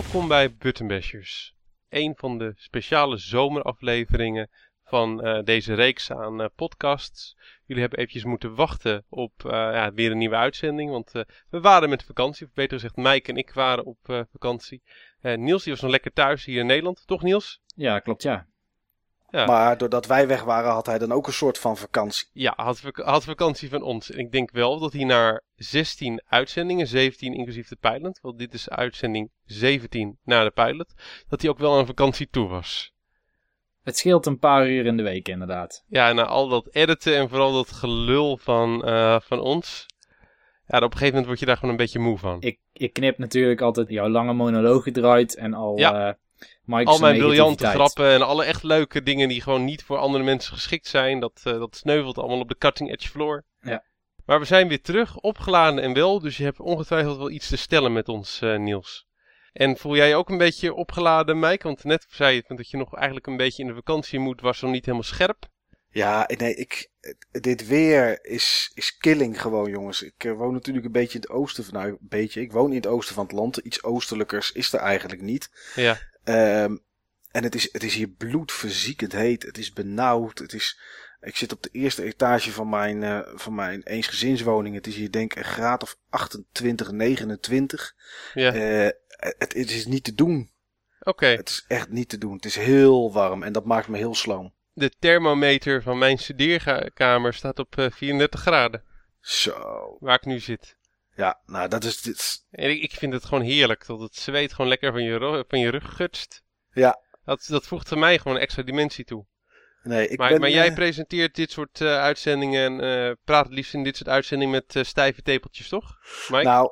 Welkom bij Button Bashers, een van de speciale zomerafleveringen van deze reeks aan podcasts. Jullie hebben eventjes moeten wachten op weer een nieuwe uitzending, want we waren met vakantie, of beter gezegd Mike en ik waren op vakantie. Niels die was nog lekker thuis hier in Nederland, toch Niels? Ja, klopt ja. Ja. Maar doordat wij weg waren, had hij dan ook een soort van vakantie. Ja, had vakantie van ons. En ik denk wel dat hij naar 16 uitzendingen, 17 inclusief de pilot, want dit is uitzending 17 na de pilot, dat hij ook wel aan vakantie toe was. Het scheelt een paar uur in de week inderdaad. Ja, na al dat editen en vooral dat gelul van ons. Ja, op een gegeven moment word je daar gewoon een beetje moe van. Ik knip natuurlijk altijd jouw lange monologen eruit en al mijn briljante grappen en alle echt leuke dingen die gewoon niet voor andere mensen geschikt zijn. Dat sneuvelt allemaal op de cutting edge floor. Ja. Maar we zijn weer terug, opgeladen en wel. Dus je hebt ongetwijfeld wel iets te stellen met ons, Niels. En voel jij je ook een beetje opgeladen, Mike? Want net zei je dat je nog eigenlijk een beetje in de vakantiemoed was, nog niet helemaal scherp. Ja, nee, dit weer is killing gewoon, jongens. Ik woon natuurlijk een beetje in het oosten van, nou, een beetje. Ik woon in het oosten van het land. Iets oostelijkers is er eigenlijk niet. Ja. En het is hier bloedverziekend heet. Het is benauwd. Ik zit op de eerste etage van mijn eensgezinswoning. Het is hier denk ik een graad of 28, 29. Ja. Het is niet te doen. Oké. Het is echt niet te doen. Het is heel warm en dat maakt me heel sloom. De thermometer van mijn studeerkamer staat op 34 graden. Zo. Waar ik nu zit. Ja, nou dat is dit. En ik vind het gewoon heerlijk. Dat het zweet gewoon lekker van je rug gutst. Ja. Dat voegt er mij gewoon een extra dimensie toe. Nee, maar jij presenteert dit soort uitzendingen en praat het liefst in dit soort uitzendingen met stijve tepeltjes, toch, Mike? Nou,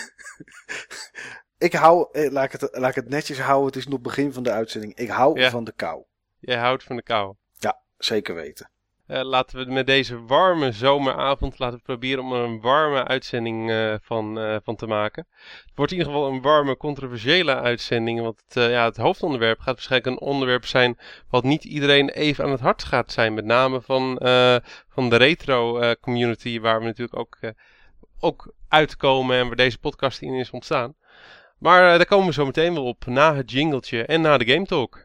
ik hou, laat ik het netjes houden. Het is nog begin van de uitzending. Ik hou van de kou. Jij houdt van de kou? Ja, zeker weten. Laten we met deze warme zomeravond proberen om er een warme uitzending van te maken. Het wordt in ieder geval een warme, controversiële uitzending. Want het hoofdonderwerp gaat waarschijnlijk een onderwerp zijn wat niet iedereen even aan het hart gaat zijn. Met name van de retro community, waar we natuurlijk ook uitkomen en waar deze podcast in is ontstaan. Maar daar komen we zo meteen wel op na het jingletje en na de Game Talk.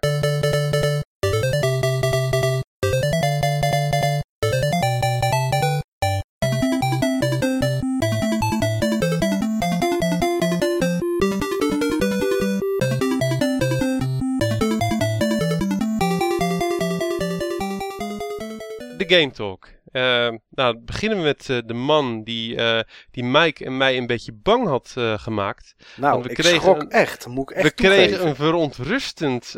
De Game Talk. Beginnen we met de man die Mike en mij een beetje bang had gemaakt. Nou, ik schrok echt. Moet ik echt We kregen een verontrustend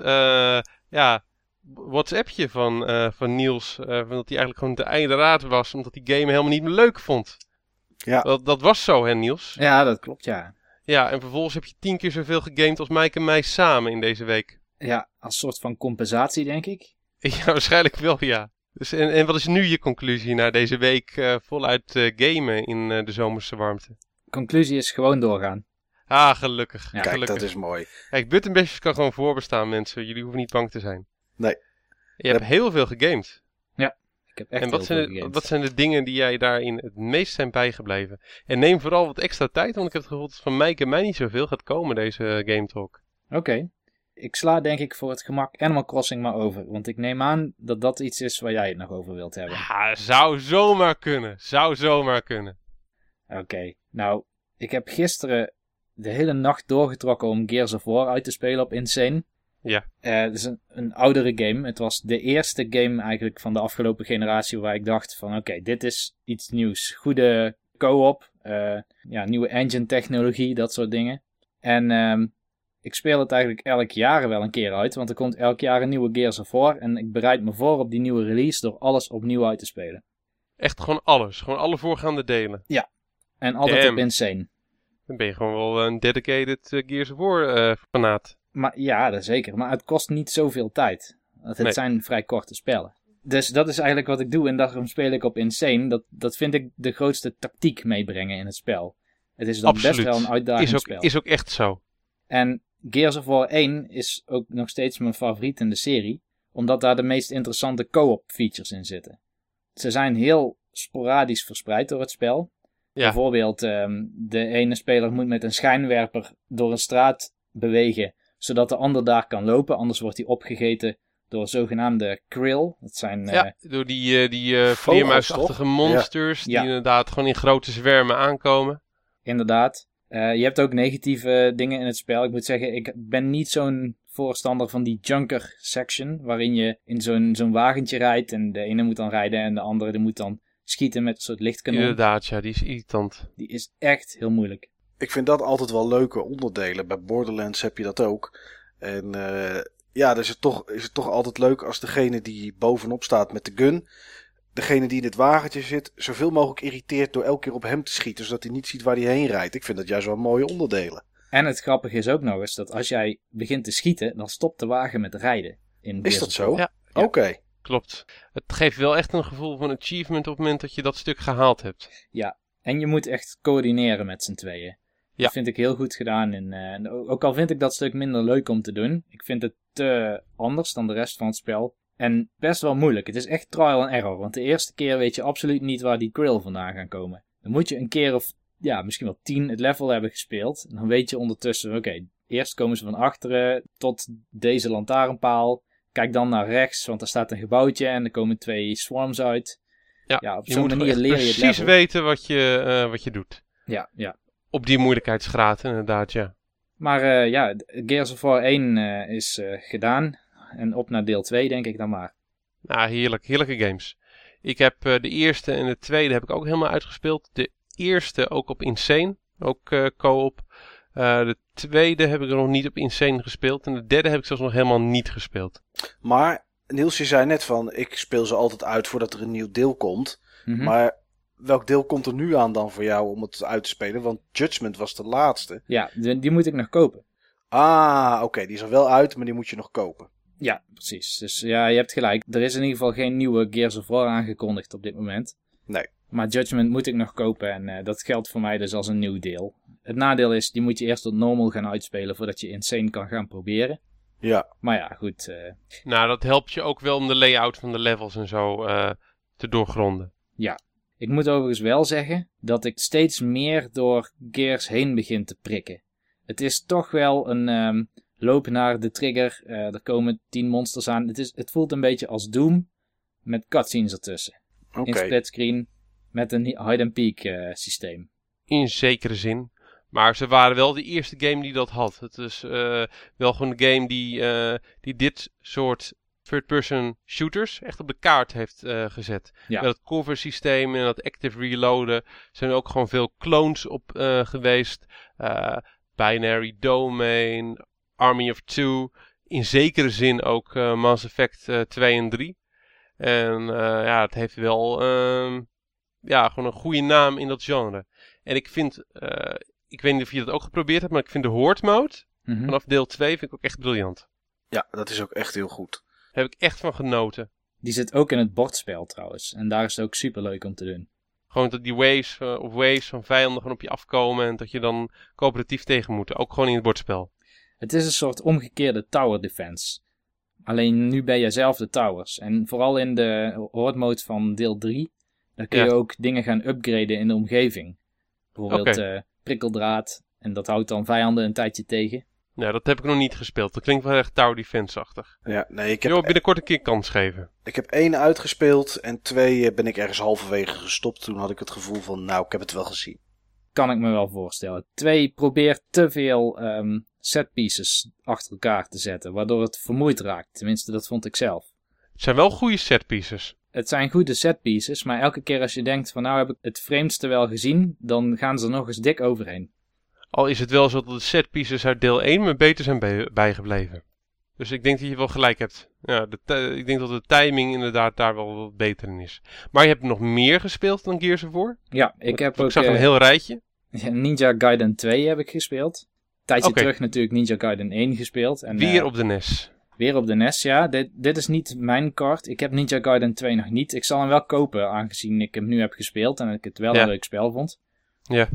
WhatsAppje van Niels. Dat hij eigenlijk gewoon te einde raad was, omdat hij game helemaal niet meer leuk vond. Ja. Dat was zo, hè Niels? Ja, dat klopt, ja. Ja, en vervolgens heb je 10 keer zoveel gegamed als Mike en mij samen in deze week. Ja, als soort van compensatie, denk ik. Ja, waarschijnlijk wel, ja. Dus, en wat is nu je conclusie na deze week voluit gamen in de zomerse warmte? Conclusie is gewoon doorgaan. Ah, gelukkig. Ja, gelukkig. Dat is mooi. Kijk, Button Bashers kan gewoon voorbestaan, mensen. Jullie hoeven niet bang te zijn. Nee. Je hebt heel veel gegamed. Ja, ik heb echt en heel veel gegamed. wat zijn de dingen die jij daarin het meest zijn bijgebleven? En neem vooral wat extra tijd, want ik heb het gevoel dat van Mike en mij niet zoveel gaat komen, deze Game Talk. Oké. Ik sla denk ik voor het gemak Animal Crossing maar over. Want ik neem aan dat dat iets is waar jij het nog over wilt hebben. Ja, zou zomaar kunnen. Oké. Nou, ik heb gisteren de hele nacht doorgetrokken om Gears of War uit te spelen op Insane. Ja. Het is een oudere game. Het was de eerste game eigenlijk van de afgelopen generatie waar ik dacht van oké, dit is iets nieuws. Goede co-op. Nieuwe engine technologie, dat soort dingen. En ik speel het eigenlijk elk jaar wel een keer uit, want er komt elk jaar een nieuwe Gears of War. En ik bereid me voor op die nieuwe release door alles opnieuw uit te spelen. Echt gewoon alles. Gewoon alle voorgaande delen. Ja. En altijd op Insane. Dan ben je gewoon wel een dedicated Gears of War fanaat. Maar ja, dat zeker. Maar het kost niet zoveel tijd. Het zijn vrij korte spellen. Dus dat is eigenlijk wat ik doe. En daarom speel ik op Insane. Dat vind ik de grootste tactiek meebrengen in het spel. Het is dan best wel een uitdagend spel. Is ook echt zo. En Gears of War 1 is ook nog steeds mijn favoriet in de serie. Omdat daar de meest interessante co-op features in zitten. Ze zijn heel sporadisch verspreid door het spel. Ja. Bijvoorbeeld, de ene speler moet met een schijnwerper door een straat bewegen zodat de ander daar kan lopen. Anders wordt hij opgegeten door zogenaamde krill. Dat zijn... door die vleermuisachtige monsters die inderdaad gewoon in grote zwermen aankomen. Inderdaad. Je hebt ook negatieve dingen in het spel. Ik moet zeggen, ik ben niet zo'n voorstander van die junker section, waarin je in zo'n wagentje rijdt en de ene moet dan rijden en de andere die moet dan schieten met een soort lichtkanon. Inderdaad, ja, die is irritant. Die is echt heel moeilijk. Ik vind dat altijd wel leuke onderdelen. Bij Borderlands heb je dat ook. En dan is het toch altijd leuk als degene die bovenop staat met de gun, degene die in het wagentje zit, zoveel mogelijk irriteert door elke keer op hem te schieten, zodat hij niet ziet waar hij heen rijdt. Ik vind dat juist wel mooie onderdelen. En het grappige is ook nog eens dat als jij begint te schieten, dan stopt de wagen met rijden. Is dat zo? Ja. Oké. Klopt. Het geeft wel echt een gevoel van achievement op het moment dat je dat stuk gehaald hebt. Ja, en je moet echt coördineren met z'n tweeën. Ja. Dat vind ik heel goed gedaan. En ook al vind ik dat stuk minder leuk om te doen, ik vind het te anders dan de rest van het spel. En best wel moeilijk. Het is echt trial and error, want de eerste keer weet je absoluut niet waar die krill vandaan gaan komen. Dan moet je een keer of misschien wel 10 het level hebben gespeeld. En dan weet je ondertussen, oké, eerst komen ze van achteren tot deze lantaarnpaal. Kijk dan naar rechts, want daar staat een gebouwtje en er komen 2 swarms uit. Ja, op zo'n manier leer je het level. Precies weten wat je doet. Ja. Op die moeilijkheidsgraad inderdaad, ja. Maar Gears of War 1 is gedaan. En op naar deel 2 denk ik dan maar. Nou, heerlijke games. Ik heb de eerste en de tweede heb ik ook helemaal uitgespeeld. De eerste ook op Insane, ook co-op. De tweede heb ik er nog niet op Insane gespeeld. En de derde heb ik zelfs nog helemaal niet gespeeld. Maar Niels, je zei net van, ik speel ze altijd uit voordat er een nieuw deel komt. Mm-hmm. Maar welk deel komt er nu aan dan voor jou om het uit te spelen? Want Judgment was de laatste. Ja, die moet ik nog kopen. Ah, oké, die is er wel uit, maar die moet je nog kopen. Ja, precies. Dus ja, je hebt gelijk. Er is in ieder geval geen nieuwe Gears of War aangekondigd op dit moment. Nee. Maar Judgment moet ik nog kopen en dat geldt voor mij dus als een nieuw deel. Het nadeel is, die moet je eerst tot normal gaan uitspelen voordat je Insane kan gaan proberen. Ja. Maar ja, goed. Nou, dat helpt je ook wel om de layout van de levels en zo te doorgronden. Ja. Ik moet overigens wel zeggen dat ik steeds meer door Gears heen begin te prikken. Het is toch wel een loop naar de trigger. Er komen 10 monsters aan. Het voelt een beetje als Doom met cutscenes ertussen. Oké. In splitscreen met een hide-and-peak systeem. In zekere zin. Maar ze waren wel de eerste game die dat had. Het is wel gewoon een game die dit soort third-person shooters echt op de kaart heeft gezet. Ja. Met het cover systeem en dat active reloaden zijn er ook gewoon veel clones op geweest. Binary Domain, Army of Two. In zekere zin ook Mass Effect 2 en 3. En het heeft wel gewoon een goede naam in dat genre. En ik vind, ik weet niet of je dat ook geprobeerd hebt, maar ik vind de Horde mode vanaf deel 2 vind ik ook echt briljant. Ja, dat is ook echt heel goed. Daar heb ik echt van genoten. Die zit ook in het bordspel trouwens. En daar is het ook super leuk om te doen. Gewoon dat die waves van vijanden gewoon op je afkomen en dat je dan coöperatief tegen moet. Ook gewoon in het bordspel. Het is een soort omgekeerde tower defense. Alleen nu ben jij zelf de towers. En vooral in de horde mode van deel 3, dan kun je ook dingen gaan upgraden in de omgeving. Bijvoorbeeld prikkeldraad. En dat houdt dan vijanden een tijdje tegen. Ja, dat heb ik nog niet gespeeld. Dat klinkt wel echt tower defense-achtig. Ja, nee, ik heb binnenkort een keer kans geven. Ik heb 1 uitgespeeld en 2 ben ik ergens halverwege gestopt. Toen had ik het gevoel van, ik heb het wel gezien. Kan ik me wel voorstellen. 2 probeert te veel setpieces achter elkaar te zetten, waardoor het vermoeid raakt. Tenminste, dat vond ik zelf. Het zijn wel goede setpieces. Het zijn goede setpieces, maar elke keer als je denkt van nou heb ik het vreemdste wel gezien, dan gaan ze er nog eens dik overheen. Al is het wel zo dat de setpieces uit deel 1 me beter zijn bijgebleven. Dus ik denk dat je wel gelijk hebt. Ja, ik denk dat de timing inderdaad daar wel wat beter in is. Maar je hebt nog meer gespeeld dan Gears of War? Ja, ik zag een heel rijtje. Ninja Gaiden 2 heb ik gespeeld. Tijdje terug natuurlijk Ninja Gaiden 1 gespeeld. En, weer op de NES. Weer op de NES, ja. Dit is niet mijn kaart. Ik heb Ninja Gaiden 2 nog niet. Ik zal hem wel kopen, aangezien ik hem nu heb gespeeld en ik het wel een leuk spel vond. Ja.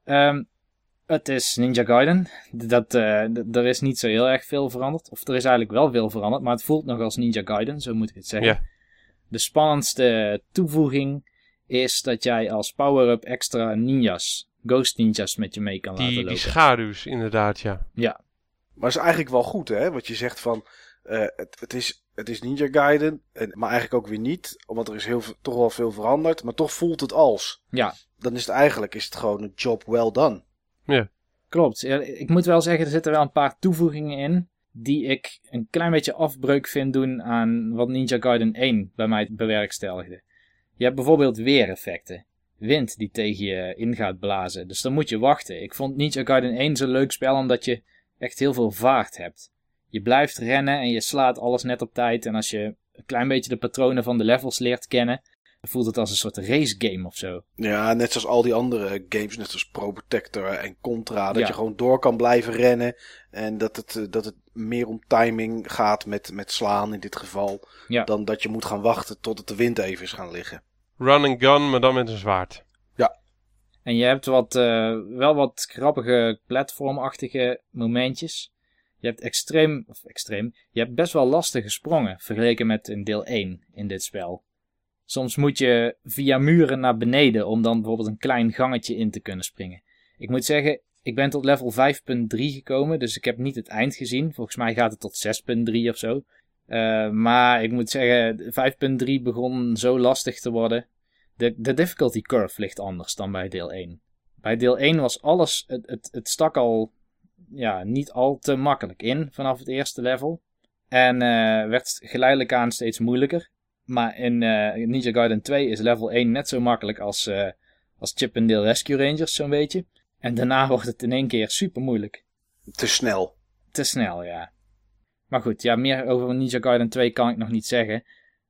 Het is Ninja Gaiden. Er is niet zo heel erg veel veranderd. Of er is eigenlijk wel veel veranderd, maar het voelt nog als Ninja Gaiden, zo moet ik het zeggen. Ja. De spannendste toevoeging is dat jij als power-up extra ninjas, ghost ninjas met je mee kan laten lopen. Die schaduws, inderdaad, ja. Ja. Maar het is eigenlijk wel goed, hè? Wat je zegt van... het is Ninja Gaiden, maar eigenlijk ook weer niet. Want er is toch wel veel veranderd. Maar toch voelt het als. Ja. Dan is het gewoon een job well done. Ja. Klopt. Ja, ik moet wel zeggen, er zitten wel een paar toevoegingen in... die ik een klein beetje afbreuk vind doen aan wat Ninja Gaiden 1 bij mij bewerkstelligde. Je hebt bijvoorbeeld weereffecten. Wind die tegen je in gaat blazen. Dus dan moet je wachten. Ik vond Ninja Gaiden 1 zo'n leuk spel omdat je echt heel veel vaart hebt. Je blijft rennen en je slaat alles net op tijd. En als je een klein beetje de patronen van de levels leert kennen... dan voelt het als een soort race game of zo. Ja, net zoals al die andere games, net zoals Pro Protector en Contra. Dat je gewoon door kan blijven rennen. En dat het meer om timing gaat met slaan in dit geval. Ja. Dan dat je moet gaan wachten totdat de wind even is gaan liggen. Run and gun, maar dan met een zwaard. Ja. En je hebt wel wat grappige platformachtige momentjes. Je hebt extreem. Je hebt best wel lastige sprongen vergeleken met in deel 1 in dit spel. Soms moet je via muren naar beneden om dan bijvoorbeeld een klein gangetje in te kunnen springen. Ik moet zeggen, ik ben tot level 5.3 gekomen, dus ik heb niet het eind gezien. Volgens mij gaat het tot 6.3 of zo. Maar ik moet zeggen, 5.3 begon zo lastig te worden. De difficulty curve ligt anders dan bij deel 1. Bij deel 1 was alles, het stak al niet al te makkelijk in vanaf het eerste level. En werd geleidelijk aan steeds moeilijker. Maar in Ninja Gaiden 2 is level 1 net zo makkelijk als Chip 'n Dale Rescue Rangers, zo'n beetje. En daarna wordt het in één keer super moeilijk. Te snel. Te snel, ja. Maar goed, ja, meer over Ninja Gaiden 2 kan ik nog niet zeggen.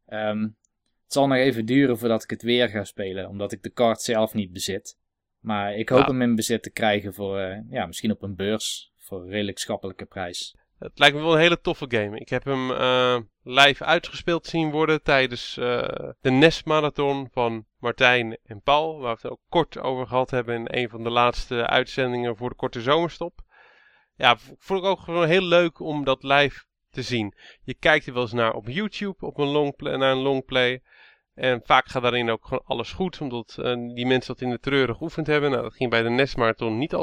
Het zal nog even duren voordat ik het weer ga spelen, omdat ik de kaart zelf niet bezit. Maar ik hoop hem in bezit te krijgen voor, misschien op een beurs, voor een redelijk schappelijke prijs. Het lijkt me wel een hele toffe game. Ik heb hem live uitgespeeld zien worden tijdens de NES-marathon van Martijn en Paul. Waar we het ook kort over gehad hebben in een van de laatste uitzendingen voor de korte zomerstop. Ja, vond ik ook gewoon heel leuk om dat live te zien. Je kijkt er wel eens naar op YouTube, naar een longplay. En vaak gaat daarin ook gewoon alles goed, omdat die mensen dat in de treuren geoefend hebben. Nou, dat ging bij de NES-marathon niet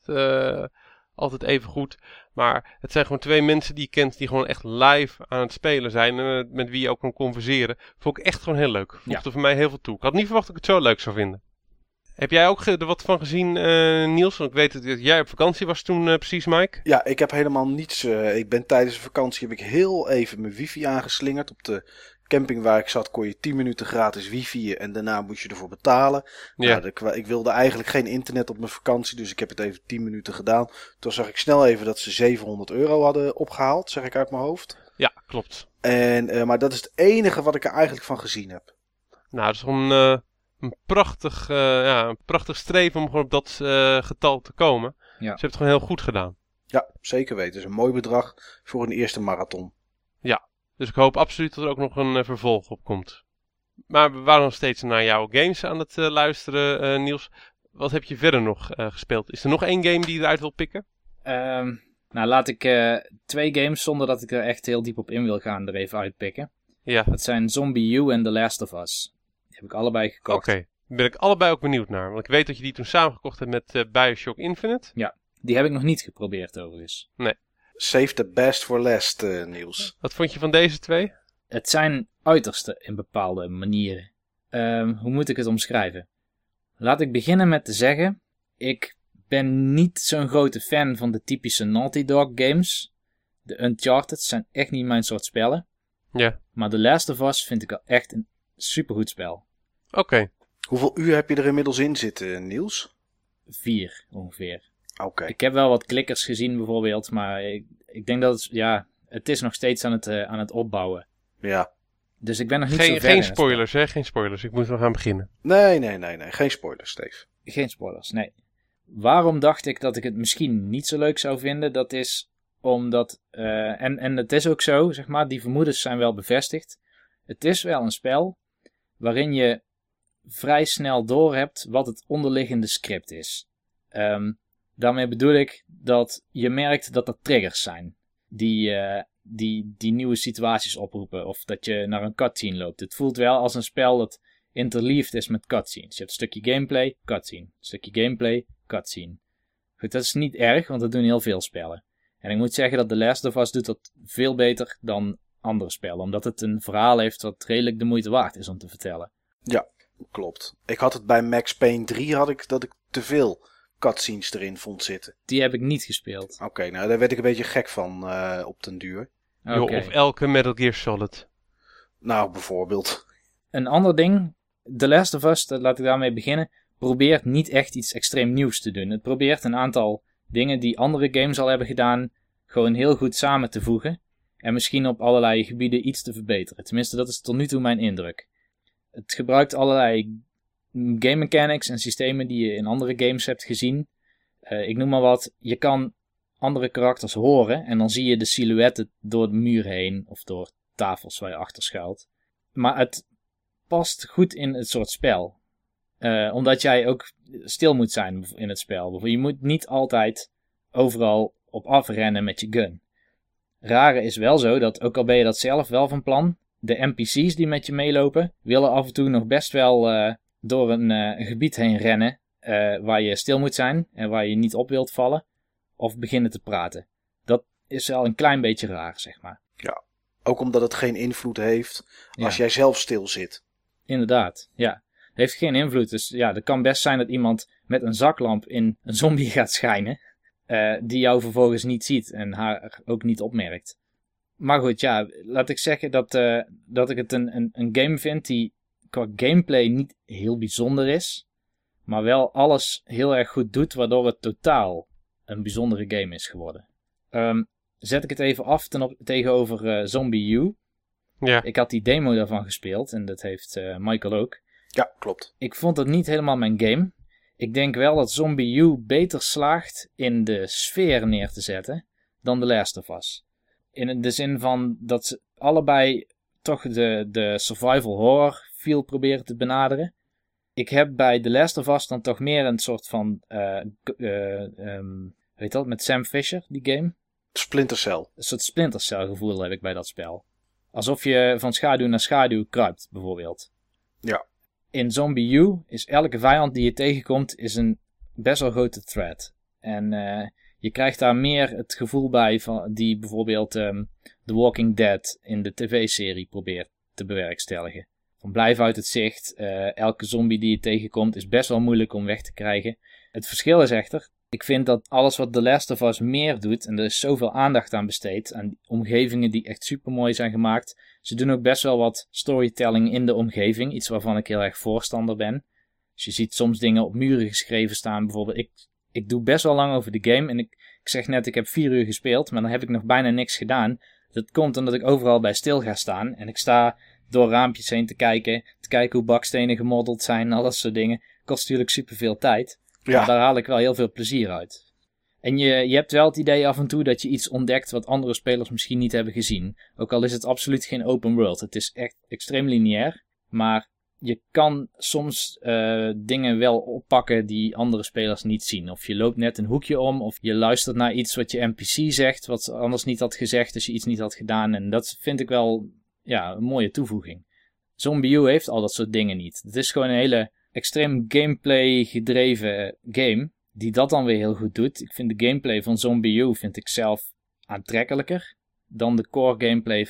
altijd even goed. Maar het zijn gewoon twee mensen die je kent die gewoon echt live aan het spelen zijn. En met wie je ook kan converseren. Vond ik echt gewoon heel leuk. Voegde voor mij heel veel toe. Ik had niet verwacht dat ik het zo leuk zou vinden. Heb jij ook er wat van gezien, Niels? Want ik weet dat jij op vakantie was toen precies, Mike. Ja, ik heb helemaal niets. Ik ben tijdens de vakantie heb ik heel even mijn wifi aangeslingerd. Op de camping waar ik zat kon je 10 minuten gratis wifi en daarna moest je ervoor betalen. Ja. Nou, ik wilde eigenlijk geen internet op mijn vakantie, dus ik heb het even 10 minuten gedaan. Toen zag ik snel even dat ze €700 hadden opgehaald, zeg ik uit mijn hoofd. Ja, klopt. Maar dat is het enige wat ik er eigenlijk van gezien heb. Nou, het is gewoon een prachtig streven om gewoon op dat getal te komen. Ja. Ze hebben het gewoon heel goed gedaan. Ja, zeker weten. Het is een mooi bedrag voor een eerste marathon. Ja. Dus ik hoop absoluut dat er ook nog een vervolg op komt. Maar we waren nog steeds naar jouw games aan het luisteren, Niels. Wat heb je verder nog gespeeld? Is er nog één game die je eruit wil pikken? Laat ik 2 games, zonder dat ik er echt heel diep op in wil gaan, er even uitpikken. Ja. Dat zijn Zombie U en The Last of Us. Die heb ik allebei gekocht. Oké, daar ben ik allebei ook benieuwd naar. Want ik weet dat je die toen samen gekocht hebt met Bioshock Infinite. Ja, die heb ik nog niet geprobeerd overigens. Nee. Save the best for last, Niels. Wat vond je van deze 2? Het zijn uiterste in bepaalde manieren. Hoe moet ik het omschrijven? Laat ik beginnen met te zeggen, ik ben niet zo'n grote fan van de typische Naughty Dog games. De Uncharted zijn echt niet mijn soort spellen. Ja. Maar The Last of Us vind ik al echt een supergoed spel. Oké. Hoeveel uur heb je er inmiddels in zitten, Niels? 4 ongeveer. Oké. Ik heb wel wat klikkers gezien bijvoorbeeld, maar ik denk dat het is nog steeds aan het opbouwen. Ja. Dus ik ben nog niet zo ver. Geen spoilers, hè? Geen spoilers. Ik moet nog gaan beginnen. Nee. Geen spoilers, Steve. Geen spoilers, nee. Waarom dacht ik dat ik het misschien niet zo leuk zou vinden? Dat is omdat, en het is ook zo, zeg maar, die vermoedens zijn wel bevestigd. Het is wel een spel waarin je vrij snel doorhebt wat het onderliggende script is. Daarmee bedoel ik dat je merkt dat er triggers zijn die nieuwe situaties oproepen. Of dat je naar een cutscene loopt. Het voelt wel als een spel dat interleaved is met cutscenes. Je hebt een stukje gameplay, cutscene. Een stukje gameplay, cutscene. Goed, dat is niet erg, want dat doen heel veel spellen. En ik moet zeggen dat The Last of Us doet dat veel beter dan andere spellen. Omdat het een verhaal heeft wat redelijk de moeite waard is om te vertellen. Ja, klopt. Ik had het bij Max Payne 3 dat ik te veel cutscenes erin vond zitten. Die heb ik niet gespeeld. Oké, nou daar werd ik een beetje gek van op den duur. Okay. Of elke Metal Gear Solid. Nou, bijvoorbeeld. Een ander ding, The Last of Us, laat ik daarmee beginnen, probeert niet echt iets extreem nieuws te doen. Het probeert een aantal dingen die andere games al hebben gedaan, gewoon heel goed samen te voegen. En misschien op allerlei gebieden iets te verbeteren. Tenminste, dat is tot nu toe mijn indruk. Het gebruikt allerlei game mechanics en systemen die je in andere games hebt gezien. Ik noem maar wat, je kan andere karakters horen en dan zie je de silhouetten door de muur heen of door tafels waar je achter schuilt. Maar het past goed in het soort spel. Omdat jij ook stil moet zijn in het spel. Je moet niet altijd overal op afrennen met je gun. Rare is wel zo dat, ook al ben je dat zelf wel van plan, de NPC's die met je meelopen, willen af en toe nog best wel door een gebied heen rennen waar je stil moet zijn en waar je niet op wilt vallen, of beginnen te praten. Dat is wel een klein beetje raar, zeg maar. Ja, ook omdat het geen invloed heeft als jij zelf stil zit. Inderdaad, ja. Heeft geen invloed, dus ja, het kan best zijn dat iemand met een zaklamp in een zombie gaat schijnen, die jou vervolgens niet ziet en haar ook niet opmerkt. Maar goed, ja, laat ik zeggen dat ik het een game vind die qua gameplay niet heel bijzonder is, maar wel alles heel erg goed doet, waardoor het totaal een bijzondere game is geworden. Zet ik het even af tegenover Zombie U. Ja. Ik had die demo daarvan gespeeld en dat heeft Michael ook. Ja, klopt. Ik vond het niet helemaal mijn game. Ik denk wel dat Zombie U beter slaagt in de sfeer neer te zetten dan The Last of Us. In de zin van dat ze allebei toch de survival horror feel proberen te benaderen. Ik heb bij The Last of Us dan toch meer een soort van, weet dat, met Sam Fisher, die game? Splinter Cell. Een soort Splinter Cell gevoel heb ik bij dat spel. Alsof je van schaduw naar schaduw kruipt, bijvoorbeeld. Ja. In Zombie U is elke vijand die je tegenkomt is een best wel grote threat. En je krijgt daar meer het gevoel bij van die bijvoorbeeld The Walking Dead in de tv-serie probeert te bewerkstelligen. Van blijf uit het zicht, elke zombie die je tegenkomt is best wel moeilijk om weg te krijgen. Het verschil is echter, ik vind dat alles wat The Last of Us meer doet, en er is zoveel aandacht aan besteed, aan omgevingen die echt super mooi zijn gemaakt. Ze doen ook best wel wat storytelling in de omgeving, iets waarvan ik heel erg voorstander ben. Dus je ziet soms dingen op muren geschreven staan, bijvoorbeeld ik doe best wel lang over de game en ik zeg net ik heb 4 uur gespeeld, maar dan heb ik nog bijna niks gedaan. Dat komt omdat ik overal bij stil ga staan en ik sta door raampjes heen te kijken hoe bakstenen gemoddeld zijn, al dat soort dingen. Kost natuurlijk superveel tijd. Ja. Maar daar haal ik wel heel veel plezier uit. En je hebt wel het idee af en toe dat je iets ontdekt wat andere spelers misschien niet hebben gezien. Ook al is het absoluut geen open world. Het is echt extreem lineair. Maar je kan soms dingen wel oppakken die andere spelers niet zien. Of je loopt net een hoekje om. Of je luistert naar iets wat je NPC zegt. Wat anders niet had gezegd als je iets niet had gedaan. En dat vind ik wel een mooie toevoeging. Zombie U heeft al dat soort dingen niet. Het is gewoon een hele extreem gameplay gedreven game, die dat dan weer heel goed doet. Ik vind de gameplay van Zombie U vind ik zelf aantrekkelijker dan de core gameplay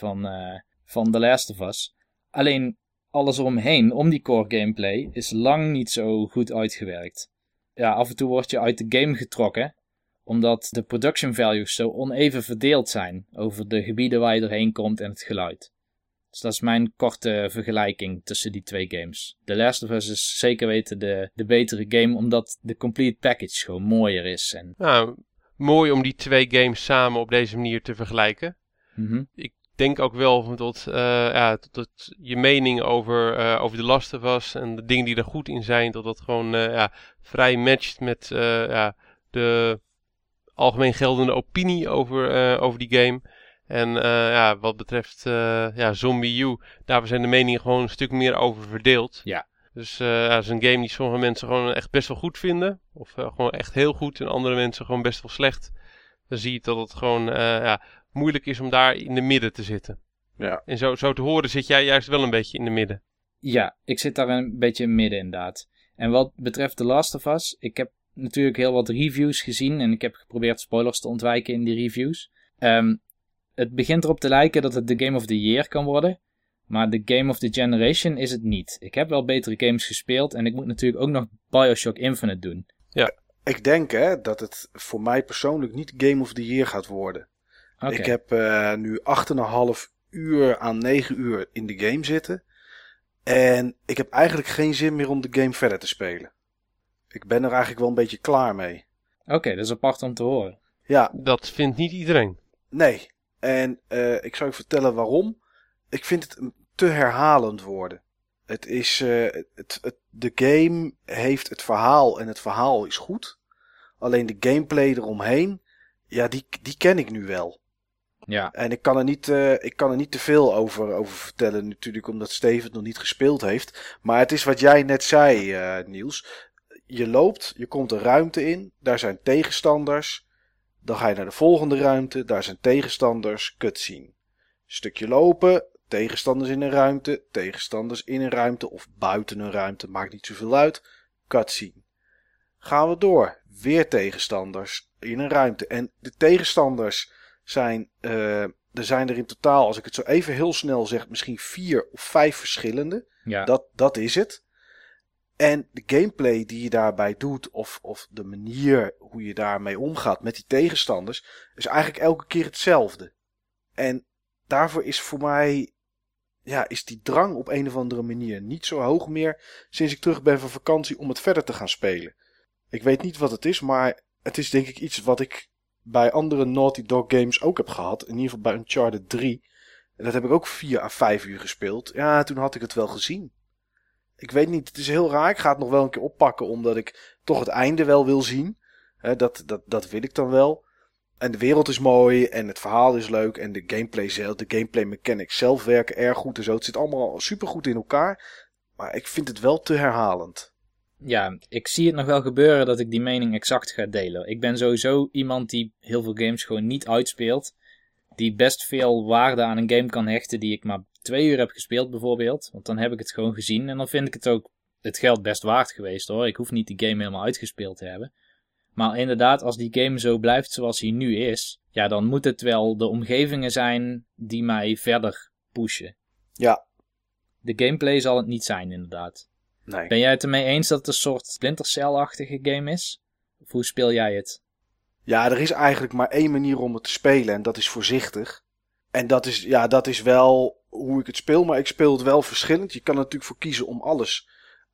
van The Last of Us. Alleen alles eromheen, om die core gameplay, is lang niet zo goed uitgewerkt. Ja, af en toe word je uit de game getrokken, omdat de production values zo oneven verdeeld zijn over de gebieden waar je doorheen komt en het geluid. Dus dat is mijn korte vergelijking tussen die twee games. The Last of Us is zeker weten de betere game, omdat de complete package gewoon mooier is. En Nou, mooi om die twee games samen op deze manier te vergelijken. Mhm. Ik denk ook wel tot je mening over The Last of Us en de dingen die er goed in zijn, dat dat gewoon vrij matcht met de algemeen geldende opinie over die game. En wat betreft Zombie U, daar zijn de meningen gewoon een stuk meer over verdeeld. Ja. Dus het is een game die sommige mensen gewoon echt best wel goed vinden. Of gewoon echt heel goed en andere mensen gewoon best wel slecht. Dan zie je dat het gewoon moeilijk is om daar in de midden te zitten. Ja. En zo te horen zit jij juist wel een beetje in de midden. Ja, ik zit daar een beetje in midden inderdaad. En wat betreft The Last of Us, ik heb natuurlijk heel wat reviews gezien en ik heb geprobeerd spoilers te ontwijken in die reviews. Het begint erop te lijken dat het de Game of the Year kan worden, maar de Game of the Generation is het niet. Ik heb wel betere games gespeeld en ik moet natuurlijk ook nog BioShock Infinite doen. Ja. Ik denk dat het voor mij persoonlijk niet Game of the Year gaat worden. Okay. Ik heb nu 8,5 uur aan 9 uur in de game zitten. En ik heb eigenlijk geen zin meer om de game verder te spelen. Ik ben er eigenlijk wel een beetje klaar mee. Oké, dat is apart om te horen. Ja. Dat vindt niet iedereen. Nee. En ik zou je vertellen waarom. Ik vind het te herhalend worden. Het is, de game heeft het verhaal en het verhaal is goed. Alleen de gameplay eromheen, ja, die ken ik nu wel. Ja. En ik kan er niet te veel over vertellen natuurlijk, omdat Steven het nog niet gespeeld heeft. Maar het is wat jij net zei, Niels. Je loopt, je komt een ruimte in, daar zijn tegenstanders. Dan ga je naar de volgende ruimte, daar zijn tegenstanders, cutscene. Stukje lopen, tegenstanders in een ruimte, tegenstanders in een ruimte of buiten een ruimte, maakt niet zoveel uit, cutscene. Gaan we door, weer tegenstanders in een ruimte. En de tegenstanders zijn, er zijn er in totaal, als ik het zo even heel snel zeg, misschien 4 of 5 verschillende. Ja. Dat is het. En de gameplay die je daarbij doet, of de manier hoe je daarmee omgaat met die tegenstanders, is eigenlijk elke keer hetzelfde. En daarvoor is voor mij, ja, is die drang op een of andere manier niet zo hoog meer sinds ik terug ben van vakantie om het verder te gaan spelen. Ik weet niet wat het is, maar het is denk ik iets wat ik bij andere Naughty Dog games ook heb gehad. In ieder geval bij Uncharted 3. En dat heb ik ook 4 à 5 uur gespeeld. Ja, toen had ik het wel gezien. Ik weet niet, het is heel raar. Ik ga het nog wel een keer oppakken, omdat ik toch het einde wel wil zien. Dat wil ik dan wel. En de wereld is mooi en het verhaal is leuk. En de gameplay zelf, de gameplay mechanics zelf werken erg goed en zo. Het zit allemaal super goed in elkaar. Maar ik vind het wel te herhalend. Ja, ik zie het nog wel gebeuren dat ik die mening exact ga delen. Ik ben sowieso iemand die heel veel games gewoon niet uitspeelt. Die best veel waarde aan een game kan hechten die ik maar 2 uur heb gespeeld bijvoorbeeld. Want dan heb ik het gewoon gezien en dan vind ik het ook het geld best waard geweest hoor. Ik hoef niet die game helemaal uitgespeeld te hebben. Maar inderdaad, als die game zo blijft zoals hij nu is, ja, dan moet het wel de omgevingen zijn die mij verder pushen. Ja. De gameplay zal het niet zijn inderdaad. Nee. Ben jij het ermee eens dat het een soort Splinter Cell-achtige game is? Of hoe speel jij het? Ja, er is eigenlijk maar 1 manier om het te spelen en dat is voorzichtig. En dat is wel hoe ik het speel, maar ik speel het wel verschillend. Je kan er natuurlijk voor kiezen om alles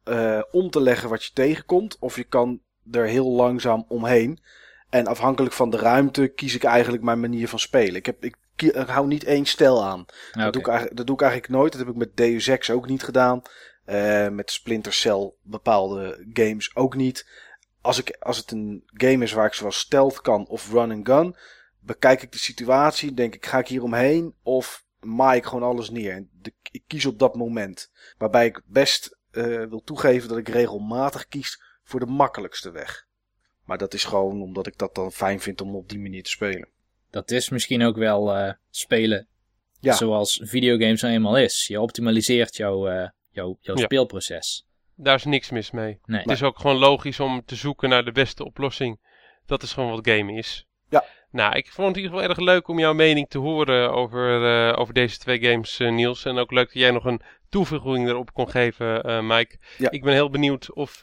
om te leggen wat je tegenkomt. Of je kan er heel langzaam omheen. En afhankelijk van de ruimte kies ik eigenlijk mijn manier van spelen. Ik hou niet 1 stijl aan. Okay. Dat doe ik eigenlijk nooit. Dat heb ik met Deus Ex ook niet gedaan. Met Splinter Cell bepaalde games ook niet. Als het een game is waar ik zoals stealth kan of run and gun, bekijk ik de situatie, denk ik, ga ik hier omheen of maai ik gewoon alles neer? En ik kies op dat moment. Waarbij ik best wil toegeven dat ik regelmatig kies voor de makkelijkste weg. Maar dat is gewoon omdat ik dat dan fijn vind om op die manier te spelen. Dat is misschien ook wel spelen zoals videogames nou eenmaal is. Je optimaliseert jouw speelproces. Daar is niks mis mee. Nee. Het is ook gewoon logisch om te zoeken naar de beste oplossing. Dat is gewoon wat game is. Ja. Nou, ik vond het in ieder geval erg leuk om jouw mening te horen over deze 2 games, Niels. En ook leuk dat jij nog een toevoeging erop kon geven, Mike. Ja. Ik ben heel benieuwd of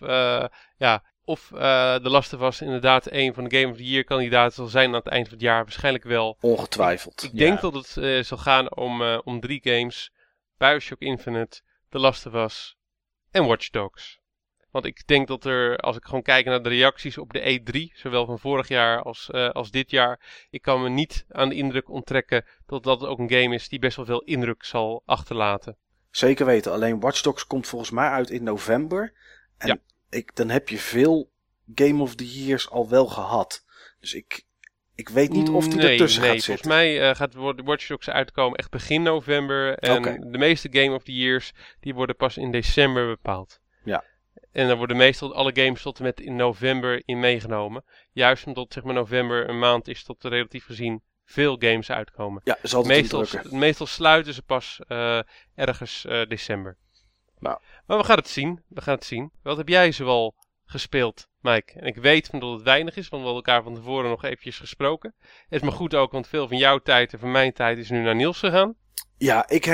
The Last of Us inderdaad een van de Game of the Year kandidaten zal zijn aan het eind van het jaar. Waarschijnlijk wel. Ongetwijfeld. Ik denk dat het zal gaan om 3 games. BioShock Infinite, The Last of Us en Watch Dogs. Want ik denk dat als ik gewoon kijk naar de reacties op de E3, zowel van vorig jaar als dit jaar, ik kan me niet aan de indruk onttrekken dat dat ook een game is die best wel veel indruk zal achterlaten. Zeker weten. Alleen Watch Dogs komt volgens mij uit in november. En dan heb je veel Game of the Years al wel gehad. Dus ik weet niet of die ertussen gaat zitten. Volgens mij gaat Watch Dogs uitkomen echt begin november. En de meeste Game of the Years die worden pas in december bepaald. Ja. En dan worden meestal alle games tot en met in november in meegenomen. Juist omdat zeg maar november een maand is tot relatief gezien veel games uitkomen. Ja, is altijd meestal sluiten ze pas ergens december. Nou. Maar we gaan het zien. Wat heb jij zoal gespeeld, Mike. En ik weet dat het weinig is, want we hadden elkaar van tevoren nog eventjes gesproken. Het is maar goed ook, want veel van jouw tijd en van mijn tijd is nu naar Niels gegaan. Ja, ik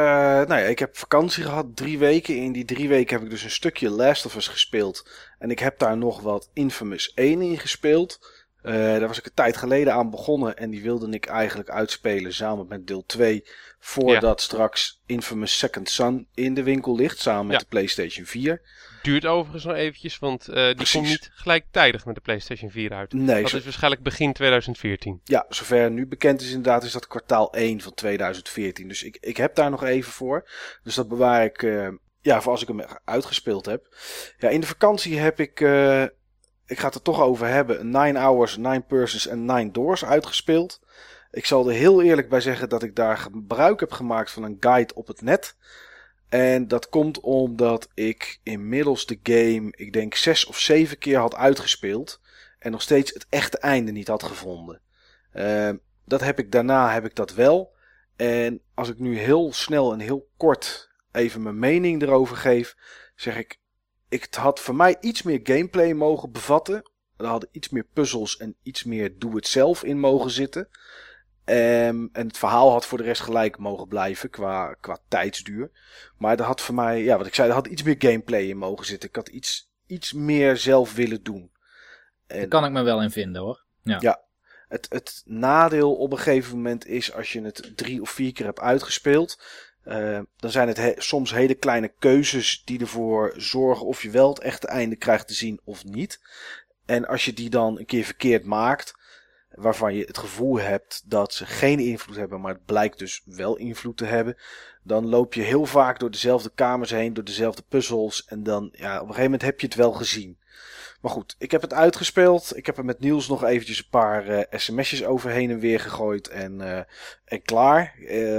heb vakantie gehad, 3 weken. In die 3 weken heb ik dus een stukje Last of Us gespeeld. En ik heb daar nog wat Infamous 1 in gespeeld. Daar was ik een tijd geleden aan begonnen. En die wilde ik eigenlijk uitspelen samen met deel 2. Voordat straks Infamous Second Son in de winkel ligt. Samen met de PlayStation 4. Duurt overigens nog eventjes, want die komt niet gelijktijdig met de PlayStation 4 uit. Nee, dat is waarschijnlijk begin 2014. Ja, zover nu bekend is inderdaad, is dat kwartaal 1 van 2014. Dus ik heb daar nog even voor. Dus dat bewaar ik voor als ik hem uitgespeeld heb. Ja, in de vakantie heb ik ga het er toch over hebben, 9 Hours, 9 Persons en 9 Doors uitgespeeld. Ik zal er heel eerlijk bij zeggen dat ik daar gebruik heb gemaakt van een guide op het net. En dat komt omdat ik inmiddels de game, ik denk 6 of 7 keer had uitgespeeld. En nog steeds het echte einde niet had gevonden. Daarna heb ik dat wel. En als ik nu heel snel en heel kort even mijn mening erover geef, zeg ik, het had voor mij iets meer gameplay mogen bevatten. Er hadden iets meer puzzels en iets meer doe-het-zelf in mogen zitten. En het verhaal had voor de rest gelijk mogen blijven qua tijdsduur. Maar er had voor mij, wat ik zei, er had iets meer gameplay in mogen zitten. Ik had iets meer zelf willen doen. Daar kan ik me wel in vinden, hoor. Ja. Het nadeel op een gegeven moment is, als je het 3 of 4 keer hebt uitgespeeld, dan zijn het soms hele kleine keuzes die ervoor zorgen of je wel het echte einde krijgt te zien of niet. En als je die dan een keer verkeerd maakt, waarvan je het gevoel hebt dat ze geen invloed hebben, maar het blijkt dus wel invloed te hebben, dan loop je heel vaak door dezelfde kamers heen, door dezelfde puzzels, en dan, op een gegeven moment heb je het wel gezien. Maar goed, ik heb het uitgespeeld. Ik heb er met Niels nog eventjes een paar sms'jes overheen en weer gegooid en klaar.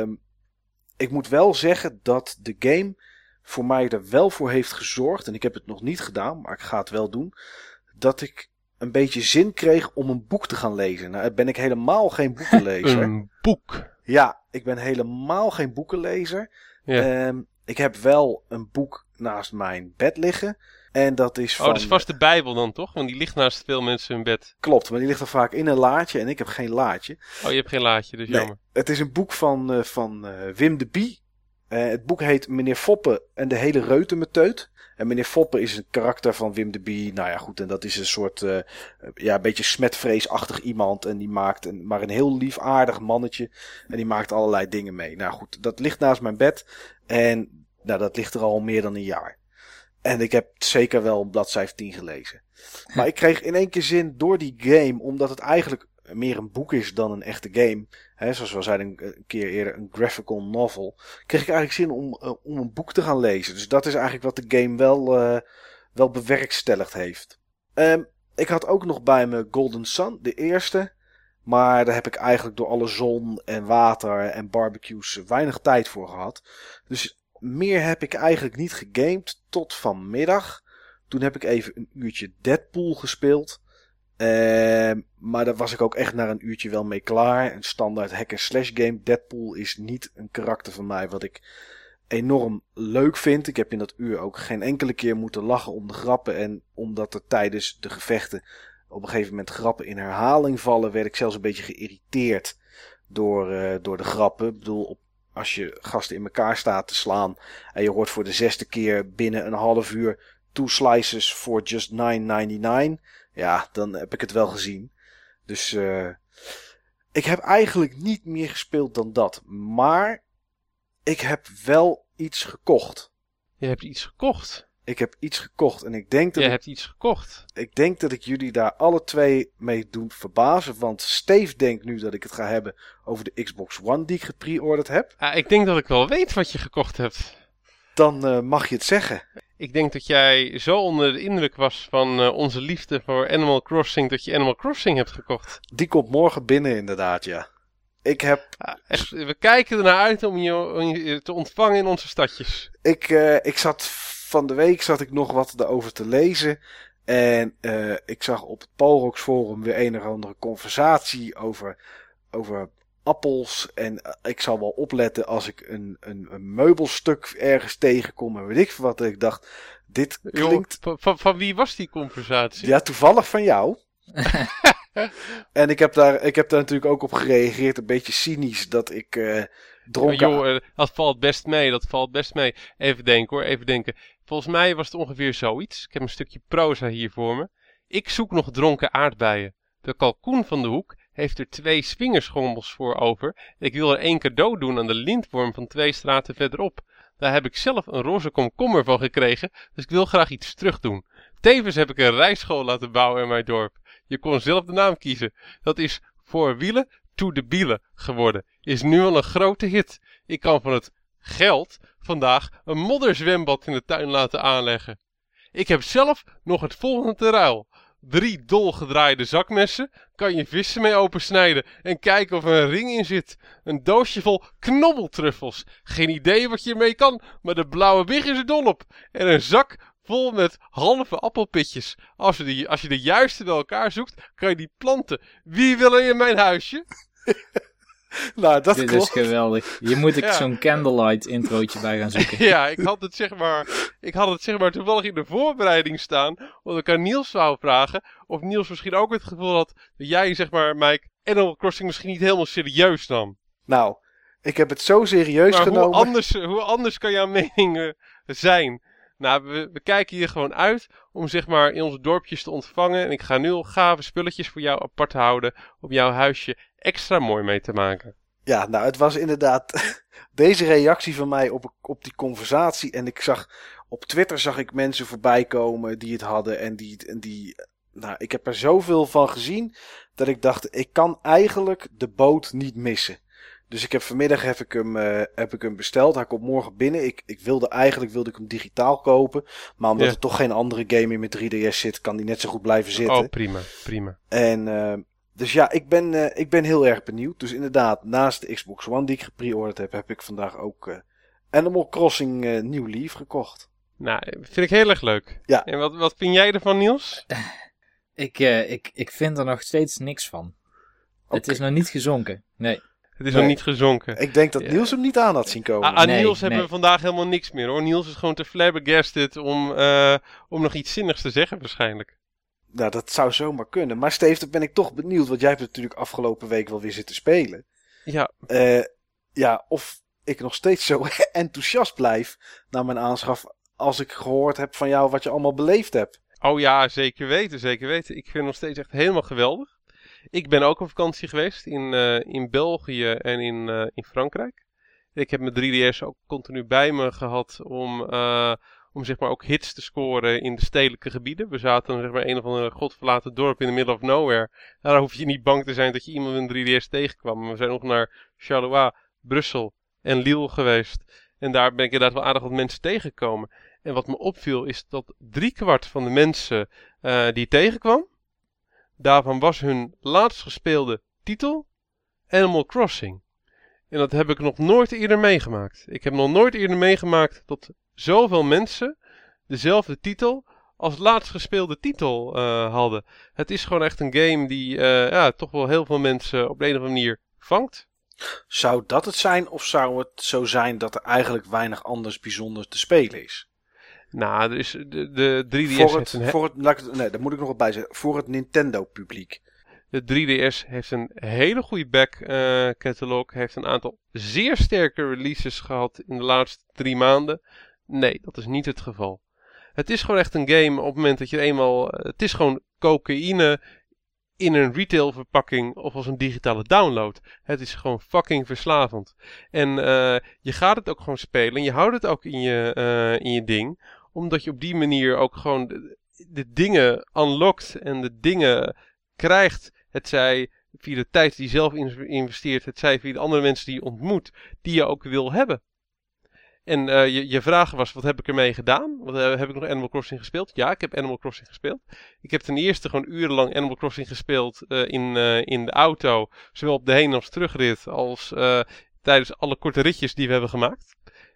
Ik moet wel zeggen dat de game voor mij er wel voor heeft gezorgd, en ik heb het nog niet gedaan, maar ik ga het wel doen, dat ik een beetje zin kreeg om een boek te gaan lezen. Nou, ben ik helemaal geen boekenlezer. Een boek? Ja, ik ben helemaal geen boekenlezer. Ja. Ik heb wel een boek naast mijn bed liggen. En dat is van... dat is vast de Bijbel dan, toch? Want die ligt naast veel mensen hun bed. Klopt, maar die ligt er vaak in een laadje en ik heb geen laadje. Oh, je hebt geen laadje, dus jammer. Het is een boek van Wim de Bie. Het boek heet Meneer Foppe en de hele reutemeteut. En meneer Foppe is een karakter van Wim de Bie. Nou ja, goed, en dat is een soort, een beetje smetvreesachtig iemand. En die maakt maar een heel lief aardig mannetje. En die maakt allerlei dingen mee. Nou goed, dat ligt naast mijn bed. En dat ligt er al meer dan een jaar. En ik heb zeker wel bladzijde 10 gelezen. Maar ik kreeg in één keer zin door die game, omdat het eigenlijk meer een boek is dan een echte game. Hè, zoals we zeiden een keer eerder, een graphical novel. Kreeg ik eigenlijk zin om een boek te gaan lezen. Dus dat is eigenlijk wat de game wel bewerkstelligd heeft. Ik had ook nog bij me Golden Sun, de eerste. Maar daar heb ik eigenlijk door alle zon en water en barbecues weinig tijd voor gehad. Dus meer heb ik eigenlijk niet gegamed tot vanmiddag. Toen heb ik even een uurtje Deadpool gespeeld. Maar daar was ik ook echt na een uurtje wel mee klaar. Een standaard hack-and-slash game. Deadpool is niet een karakter van mij wat ik enorm leuk vind. Ik heb in dat uur ook geen enkele keer moeten lachen om de grappen. En omdat er tijdens de gevechten op een gegeven moment grappen in herhaling vallen, werd ik zelfs een beetje geïrriteerd door de grappen. Ik bedoel, als je gasten in elkaar staat te slaan en je hoort voor de 6e keer binnen een half uur 2 slices for just $9.99. Ja, dan heb ik het wel gezien. Dus ik heb eigenlijk niet meer gespeeld dan dat. Maar ik heb wel iets gekocht. Je hebt iets gekocht? Ik heb iets gekocht en ik denk dat... Je hebt iets gekocht? Ik denk dat ik jullie daar alle twee mee doen verbazen. Want Steve denkt nu dat ik het ga hebben over de Xbox One die ik gepre-orderd heb. Ik denk dat ik wel weet wat je gekocht hebt. Dan mag je het zeggen. Ik denk dat jij zo onder de indruk was van onze liefde voor Animal Crossing dat je Animal Crossing hebt gekocht. Die komt morgen binnen inderdaad, ja. Ik heb... Echt, we kijken ernaar uit om je te ontvangen in onze stadjes. Ik zat van de week nog wat erover te lezen. En ik zag op het Palrox forum weer een of andere conversatie over appels. En ik zal wel opletten als ik een meubelstuk ergens tegenkom. En weet ik veel wat. Ik dacht, dit klinkt... Van wie was die conversatie? Ja, toevallig van jou. En ik heb daar natuurlijk ook op gereageerd. Een beetje cynisch dat ik dronken... Dat valt best mee. Even denken. Volgens mij was het ongeveer zoiets. Ik heb een stukje proza hier voor me. Ik zoek nog dronken aardbeien. De kalkoen van de hoek heeft er 2 swingerschommels voor over. Ik wil er 1 cadeau doen aan de lintworm van 2 straten verderop. Daar heb ik zelf een roze komkommer van gekregen, dus ik wil graag iets terug doen. Tevens heb ik een rijschool laten bouwen in mijn dorp. Je kon zelf de naam kiezen. Dat is Voor Wielen to de Bielen geworden. Is nu al een grote hit. Ik kan van het geld vandaag een modderzwembad in de tuin laten aanleggen. Ik heb zelf nog het volgende te ruil. 3 dolgedraaide zakmessen, kan je vissen mee opensnijden en kijken of er een ring in zit. Een doosje vol knobbeltruffels. Geen idee wat je ermee kan, maar de blauwe big is er dol op. En een zak vol met halve appelpitjes. Als je de juiste bij elkaar zoekt, kan je die planten. Wie wil er in mijn huisje? Nou, dat Dit klopt. is geweldig. Hier moet ik zo'n candlelight introotje bij gaan zoeken. Ja, ik had het zeg maar toevallig in de voorbereiding staan. Omdat ik aan Niels zou vragen. Of Niels misschien ook het gevoel had dat jij, zeg maar, Mike, Animal Crossing misschien niet helemaal serieus nam. Nou, ik heb het zo serieus Maar genomen. hoe anders kan jouw mening zijn? Nou, we kijken hier gewoon uit om, zeg maar, in onze dorpjes te ontvangen. En ik ga nu al gave spulletjes voor jou apart houden om jouw huisje extra mooi mee te maken. Ja, nou, het was inderdaad deze reactie van mij op die conversatie. En op Twitter zag ik mensen voorbij komen die het hadden. En nou, ik heb er zoveel van gezien dat ik dacht, ik kan eigenlijk de boot niet missen. Dus vanmiddag heb ik hem besteld. Hij komt morgen binnen. Ik wilde hem digitaal kopen. Maar omdat er toch geen andere game in mijn 3DS zit, kan die net zo goed blijven zitten. Oh, prima. En dus ja, ik ben heel erg benieuwd. Dus inderdaad, naast de Xbox One die ik gepreorderd heb ik vandaag ook Animal Crossing New Leaf gekocht. Nou, vind ik heel erg leuk. Ja. En wat vind jij ervan, Niels? Ik vind er nog steeds niks van. Okay. Het is nog niet gezonken. Nee. Het is nog niet gezonken. Ik denk dat Niels hem niet aan had zien komen. Aan Niels hebben we vandaag helemaal niks meer, hoor. Niels is gewoon te flabbergasted om nog iets zinnigs te zeggen, waarschijnlijk. Nou, dat zou zomaar kunnen. Maar Steve, dan ben ik toch benieuwd. Want jij hebt natuurlijk afgelopen week wel weer zitten spelen. Ja. Ja, of ik nog steeds zo enthousiast blijf naar mijn aanschaf als ik gehoord heb van jou wat je allemaal beleefd hebt. Oh ja, zeker weten. Ik vind het nog steeds echt helemaal geweldig. Ik ben ook op vakantie geweest in België en in Frankrijk. Ik heb mijn 3DS ook continu bij me gehad om zeg maar ook hits te scoren in de stedelijke gebieden. We zaten zeg maar een of andere godverlaten dorp in the middle of nowhere. Daar hoef je niet bang te zijn dat je iemand met een 3DS tegenkwam. We zijn nog naar Charleroi, Brussel en Lille geweest. En daar ben ik inderdaad wel aardig wat mensen tegengekomen. En wat me opviel is dat 3/4 van de mensen die tegenkwam, daarvan was hun laatst gespeelde titel Animal Crossing. En dat heb ik nog nooit eerder meegemaakt. Ik heb nog nooit eerder meegemaakt dat zoveel mensen dezelfde titel als laatst gespeelde titel hadden. Het is gewoon echt een game die toch wel heel veel mensen op de een of andere manier vangt. Zou dat het zijn of zou het zo zijn dat er eigenlijk weinig anders bijzonder te spelen is? Nou, er is de 3DS daar moet ik nog wat bij zeggen. Voor het Nintendo publiek. De 3DS heeft een hele goede back catalog. Heeft een aantal zeer sterke releases gehad in de laatste 3 maanden. Nee, dat is niet het geval. Het is gewoon echt een game op het moment dat je eenmaal... Het is gewoon cocaïne in een retail verpakking of als een digitale download. Het is gewoon fucking verslavend. En je gaat het ook gewoon spelen en je houdt het ook in je ding. Omdat je op die manier ook gewoon de dingen unlockt en de dingen krijgt. Het zij via de tijd die je zelf investeert, het zij via de andere mensen die je ontmoet, die je ook wil hebben. En je vraag was, wat heb ik ermee gedaan? Heb ik nog Animal Crossing gespeeld? Ja, ik heb Animal Crossing gespeeld. Ik heb ten eerste gewoon urenlang Animal Crossing gespeeld in de auto. Zowel op de heen- als terugrit als tijdens alle korte ritjes die we hebben gemaakt.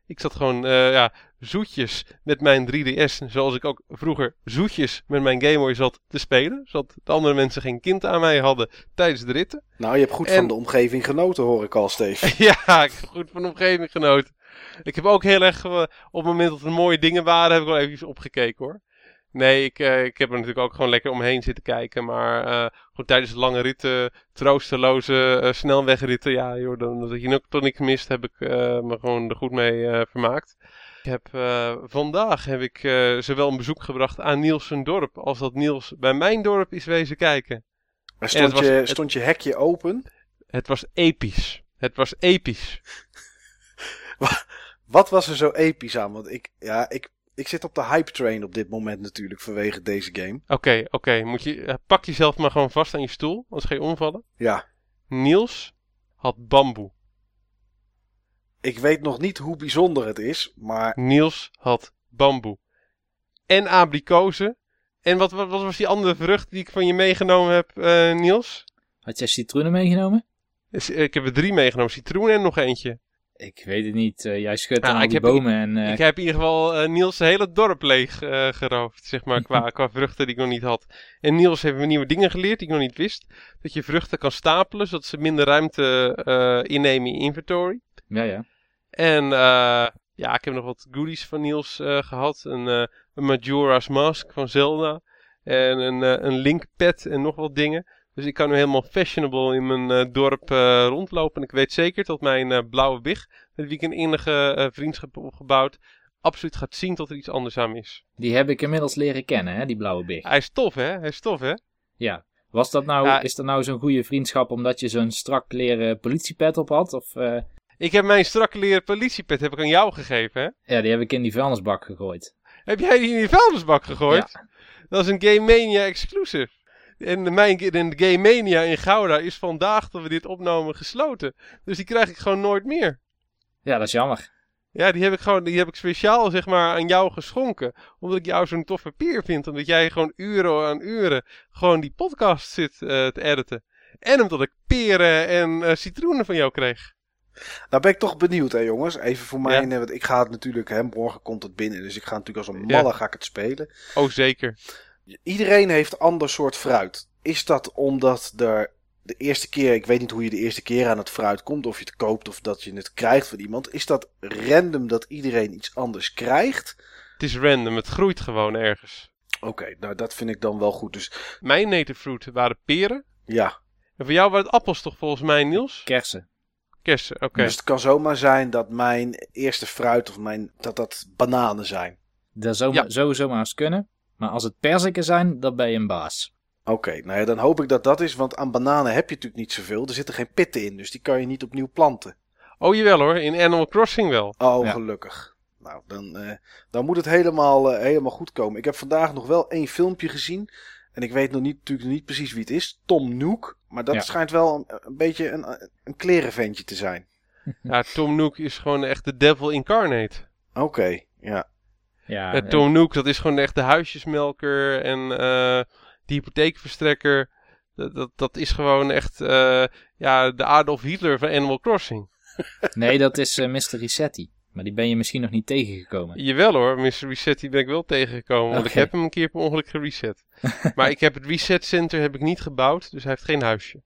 Ik zat gewoon zoetjes met mijn 3DS, zoals ik ook vroeger zoetjes met mijn Game Boy zat te spelen. Zodat de andere mensen geen kind aan mij hadden tijdens de ritten. Nou, je hebt goed van de omgeving genoten, hoor ik al, Steve. Ja, ik heb goed van de omgeving genoten. Ik heb ook heel erg, op het moment dat er mooie dingen waren, heb ik wel even opgekeken hoor. Nee, ik heb er natuurlijk ook gewoon lekker omheen zitten kijken. Maar gewoon tijdens de lange ritten, troosteloze snelwegritten. Ja joh, dat je nog tot niks mist, heb ik me gewoon er goed mee vermaakt. Vandaag heb ik zowel een bezoek gebracht aan Niels' dorp, als dat Niels bij mijn dorp is wezen kijken. Stond je hekje open? Het was episch. Het was episch. Wat was er zo episch aan? Want ik zit op de hype train op dit moment natuurlijk vanwege deze game. Oké. Pak jezelf maar gewoon vast aan je stoel, anders ga je omvallen. Ja. Niels had bamboe. Ik weet nog niet hoe bijzonder het is, maar... Niels had bamboe. En abrikozen. En wat was die andere vrucht die ik van je meegenomen heb, Niels? Had jij citroenen meegenomen? Ik heb er 3 meegenomen. Citroen en nog eentje. Ik weet het niet. Jij schudt aan al die bomen. Ik heb in ieder geval Niels' hele dorp leeg geroofd, zeg maar, qua vruchten die ik nog niet had. En Niels heeft me nieuwe dingen geleerd die ik nog niet wist. Dat je vruchten kan stapelen, zodat ze minder ruimte innemen in je inventory. Ja. En ik heb nog wat goodies van Niels gehad. Een Majora's Mask van Zelda. En een Link pad en nog wat dingen. Dus ik kan nu helemaal fashionable in mijn dorp rondlopen. En ik weet zeker dat mijn blauwe big, met wie ik een innige vriendschap heb opgebouwd, absoluut gaat zien dat er iets anders aan is. Die heb ik inmiddels leren kennen, hè, die blauwe big. Hij is tof, hè? Ja. Was dat nou, is dat nou zo'n goede vriendschap omdat je zo'n strak leren politiepet op had? Of, Ik heb mijn strak leren politiepet heb ik aan jou gegeven, hè? Ja, die heb ik in die vuilnisbak gegooid. Heb jij die in die vuilnisbak gegooid? Ja. Dat is een Game Mania exclusive. En de Game Mania in Gouda is vandaag dat we dit opnemen gesloten. Dus die krijg ik gewoon nooit meer. Ja, dat is jammer. Ja, die heb ik speciaal zeg maar aan jou geschonken. Omdat ik jou zo'n tof papier vind. Omdat jij gewoon uren aan uren gewoon die podcast zit te editen. En omdat ik peren en citroenen van jou kreeg. Nou ben ik toch benieuwd hè jongens. Even voor mij, want ik ga het natuurlijk, morgen komt het binnen. Dus ik ga natuurlijk als een malle ga ik het spelen. Oh zeker. Iedereen heeft ander soort fruit. Is dat omdat er de eerste keer, ik weet niet hoe je de eerste keer aan het fruit komt, of je het koopt of dat je het krijgt van iemand. Is dat random dat iedereen iets anders krijgt? Het is random, het groeit gewoon ergens. Oké, nou dat vind ik dan wel goed. Dus... Mijn native fruit waren peren. Ja. En voor jou waren het appels toch volgens mij, Niels? Kersen, oké. Dus het kan zomaar zijn dat mijn eerste fruit of dat bananen zijn. Dat zou zomaar eens kunnen. Maar als het perziken zijn, dan ben je een baas. Oké, nou ja, dan hoop ik dat dat is, want aan bananen heb je natuurlijk niet zoveel. Er zitten geen pitten in, dus die kan je niet opnieuw planten. Oh jawel hoor, in Animal Crossing wel. Oh, ja. Gelukkig. Nou, dan moet het helemaal goed komen. Ik heb vandaag nog wel 1 filmpje gezien. En ik weet natuurlijk niet precies wie het is. Tom Nook. Maar dat schijnt wel een beetje een klerenventje te zijn. Ja, Tom Nook is gewoon echt de devil incarnate. Oké, ja. Ja, Tom Nook, dat is gewoon echt de huisjesmelker en de hypotheekverstrekker. Dat is gewoon echt de Adolf Hitler van Animal Crossing. Nee, dat is Mr. Resetti. Maar die ben je misschien nog niet tegengekomen. Jawel hoor, Mr. Resetti ben ik wel tegengekomen. Want ik heb hem een keer per ongeluk gereset. Maar ik heb het Reset Center niet gebouwd, dus hij heeft geen huisje.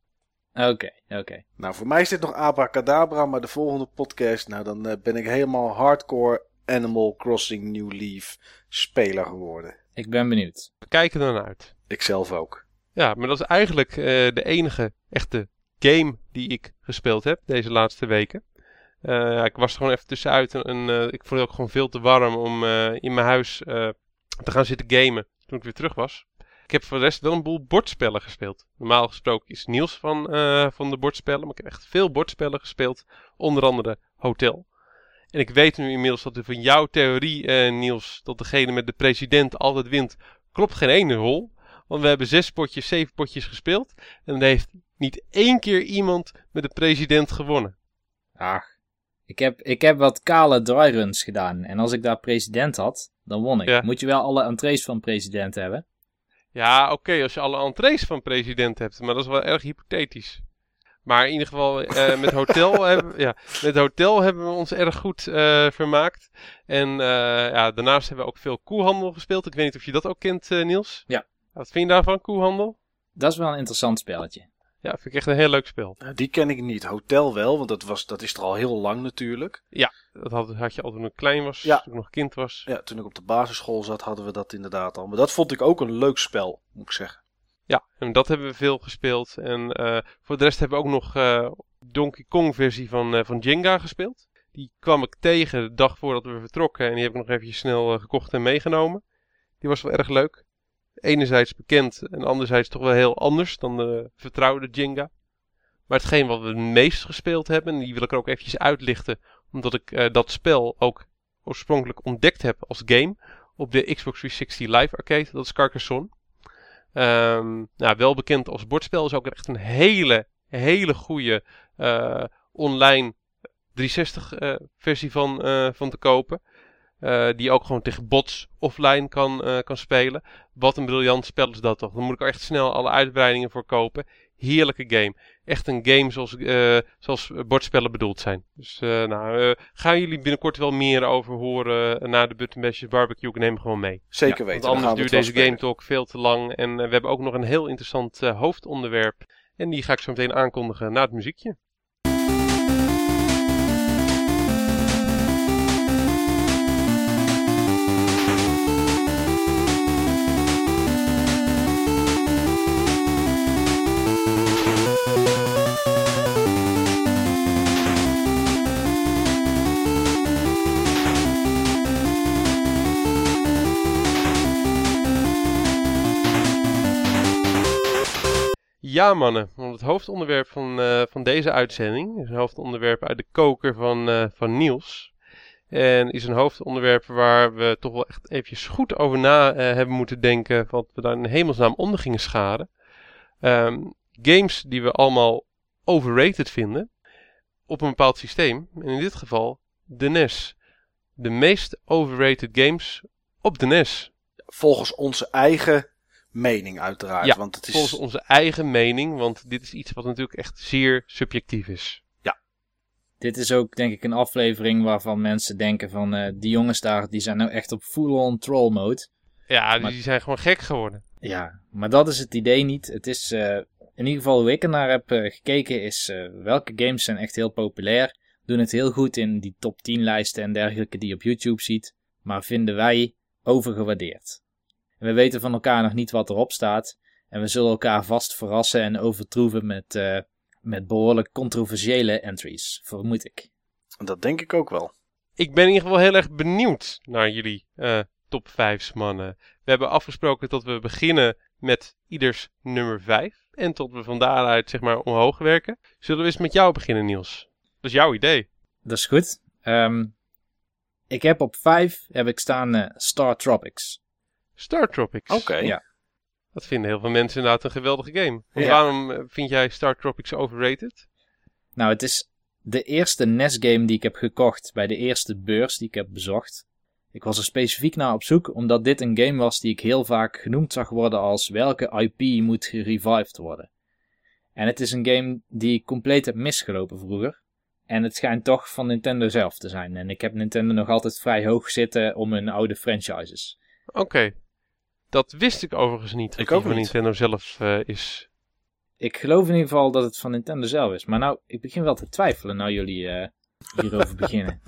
Oké. Nou, voor mij is dit nog abracadabra, maar de volgende podcast, nou dan ben ik helemaal hardcore Animal Crossing New Leaf speler geworden. Ik ben benieuwd. We kijken er naar uit. Ik zelf ook. Ja, maar dat is eigenlijk de enige echte game die ik gespeeld heb deze laatste weken. Ik was er gewoon even tussenuit en ik vond het ook gewoon veel te warm om in mijn huis te gaan zitten gamen toen ik weer terug was. Ik heb voor de rest wel een boel bordspellen gespeeld. Normaal gesproken is Niels van de bordspellen, maar ik heb echt veel bordspellen gespeeld. Onder andere Hotel. En ik weet nu inmiddels dat van jouw theorie, Niels, dat degene met de president altijd wint, klopt geen ene hol. Want we hebben 7 potjes gespeeld. En er heeft niet 1 keer iemand met de president gewonnen. Ach, ik heb wat kale dryruns gedaan. En als ik daar president had, dan won ik. Ja. Moet je wel alle entrees van president hebben? Ja, oké, als je alle entrees van president hebt. Maar dat is wel erg hypothetisch. Maar in ieder geval, met Hotel hebben we ons erg goed vermaakt. En daarnaast hebben we ook veel koehandel gespeeld. Ik weet niet of je dat ook kent, Niels. Ja. Wat vind je daarvan, koehandel? Dat is wel een interessant spelletje. Ja, vind ik echt een heel leuk spel. Die ken ik niet. Hotel wel, want dat is er al heel lang natuurlijk. Ja, dat had je al toen ik klein was, Ja. toen ik nog kind was. Ja, toen ik op de basisschool zat, hadden we dat inderdaad al. Maar dat vond ik ook een leuk spel, moet ik zeggen. Ja, en dat hebben we veel gespeeld. En voor de rest hebben we ook nog Donkey Kong versie van Jenga gespeeld. Die kwam ik tegen de dag voordat we vertrokken. En die heb ik nog eventjes snel gekocht en meegenomen. Die was wel erg leuk. Enerzijds bekend en anderzijds toch wel heel anders dan de vertrouwde Jenga. Maar hetgeen wat we het meest gespeeld hebben, en die wil ik er ook eventjes uitlichten. Omdat ik dat spel ook oorspronkelijk ontdekt heb als game op de Xbox 360 Live Arcade. Dat is Carcassonne. Wel bekend als bordspel, is ook echt een hele goede online 360 versie van te kopen. Die ook gewoon tegen bots offline kan spelen. Wat een briljant spel is dat toch. Dan moet ik er echt snel alle uitbreidingen voor kopen. Heerlijke game. Echt een game zoals bordspellen bedoeld zijn. Dus gaan jullie binnenkort wel meer over horen na de Button Bashers Barbecue. Ik neem hem gewoon mee. Zeker weten. Want anders duurt deze game talk veel te lang. En we hebben ook nog een heel interessant hoofdonderwerp. En die ga ik zo meteen aankondigen na het muziekje. Ja mannen, want het hoofdonderwerp van deze uitzending is een hoofdonderwerp uit de koker van Niels. En is een hoofdonderwerp waar we toch wel echt eventjes goed over na hebben moeten denken wat we daar in hemelsnaam onder gingen scharen. Games die we allemaal overrated vinden op een bepaald systeem. En in dit geval de NES. De meest overrated games op de NES. Volgens onze eigen mening uiteraard. Ja, want het is volgens onze eigen mening, want dit is iets wat natuurlijk echt zeer subjectief is. Ja. Dit is ook denk ik een aflevering waarvan mensen denken van die jongens daar, die zijn nou echt op full-on troll mode. Ja, Maar die zijn gewoon gek geworden. Ja, maar dat is het idee niet. Het is in ieder geval hoe ik er naar heb gekeken is welke games zijn echt heel populair. Doen het heel goed in die top 10 lijsten en dergelijke die je op YouTube ziet. Maar vinden wij overgewaardeerd. En we weten van elkaar nog niet wat erop staat. En we zullen elkaar vast verrassen en overtroeven met behoorlijk controversiële entries, vermoed ik. Dat denk ik ook wel. Ik ben in ieder geval heel erg benieuwd naar jullie top 5's mannen. We hebben afgesproken dat we beginnen met ieders nummer 5. En tot we van daaruit zeg maar omhoog werken. Zullen we eens met jou beginnen, Niels? Dat is jouw idee. Dat is goed. Ik heb op 5 staan Star Tropics. Star Tropics. Oké. Ja. Dat vinden heel veel mensen inderdaad een geweldige game. Want Ja. waarom vind jij Star Tropics overrated? Nou, het is de eerste NES-game die ik heb gekocht bij de eerste beurs die ik heb bezocht. Ik was er specifiek naar op zoek, omdat dit een game was die ik heel vaak genoemd zag worden als welke IP moet gerevived worden. En het is een game die ik compleet heb misgelopen vroeger. En het schijnt toch van Nintendo zelf te zijn. En ik heb Nintendo nog altijd vrij hoog zitten om hun oude franchises. Oké. Dat wist ik overigens niet. Dat Ik die ook van niet. Nintendo zelf is. Ik geloof in ieder geval dat het van Nintendo zelf is. Maar nou, ik begin wel te twijfelen nou jullie hierover beginnen.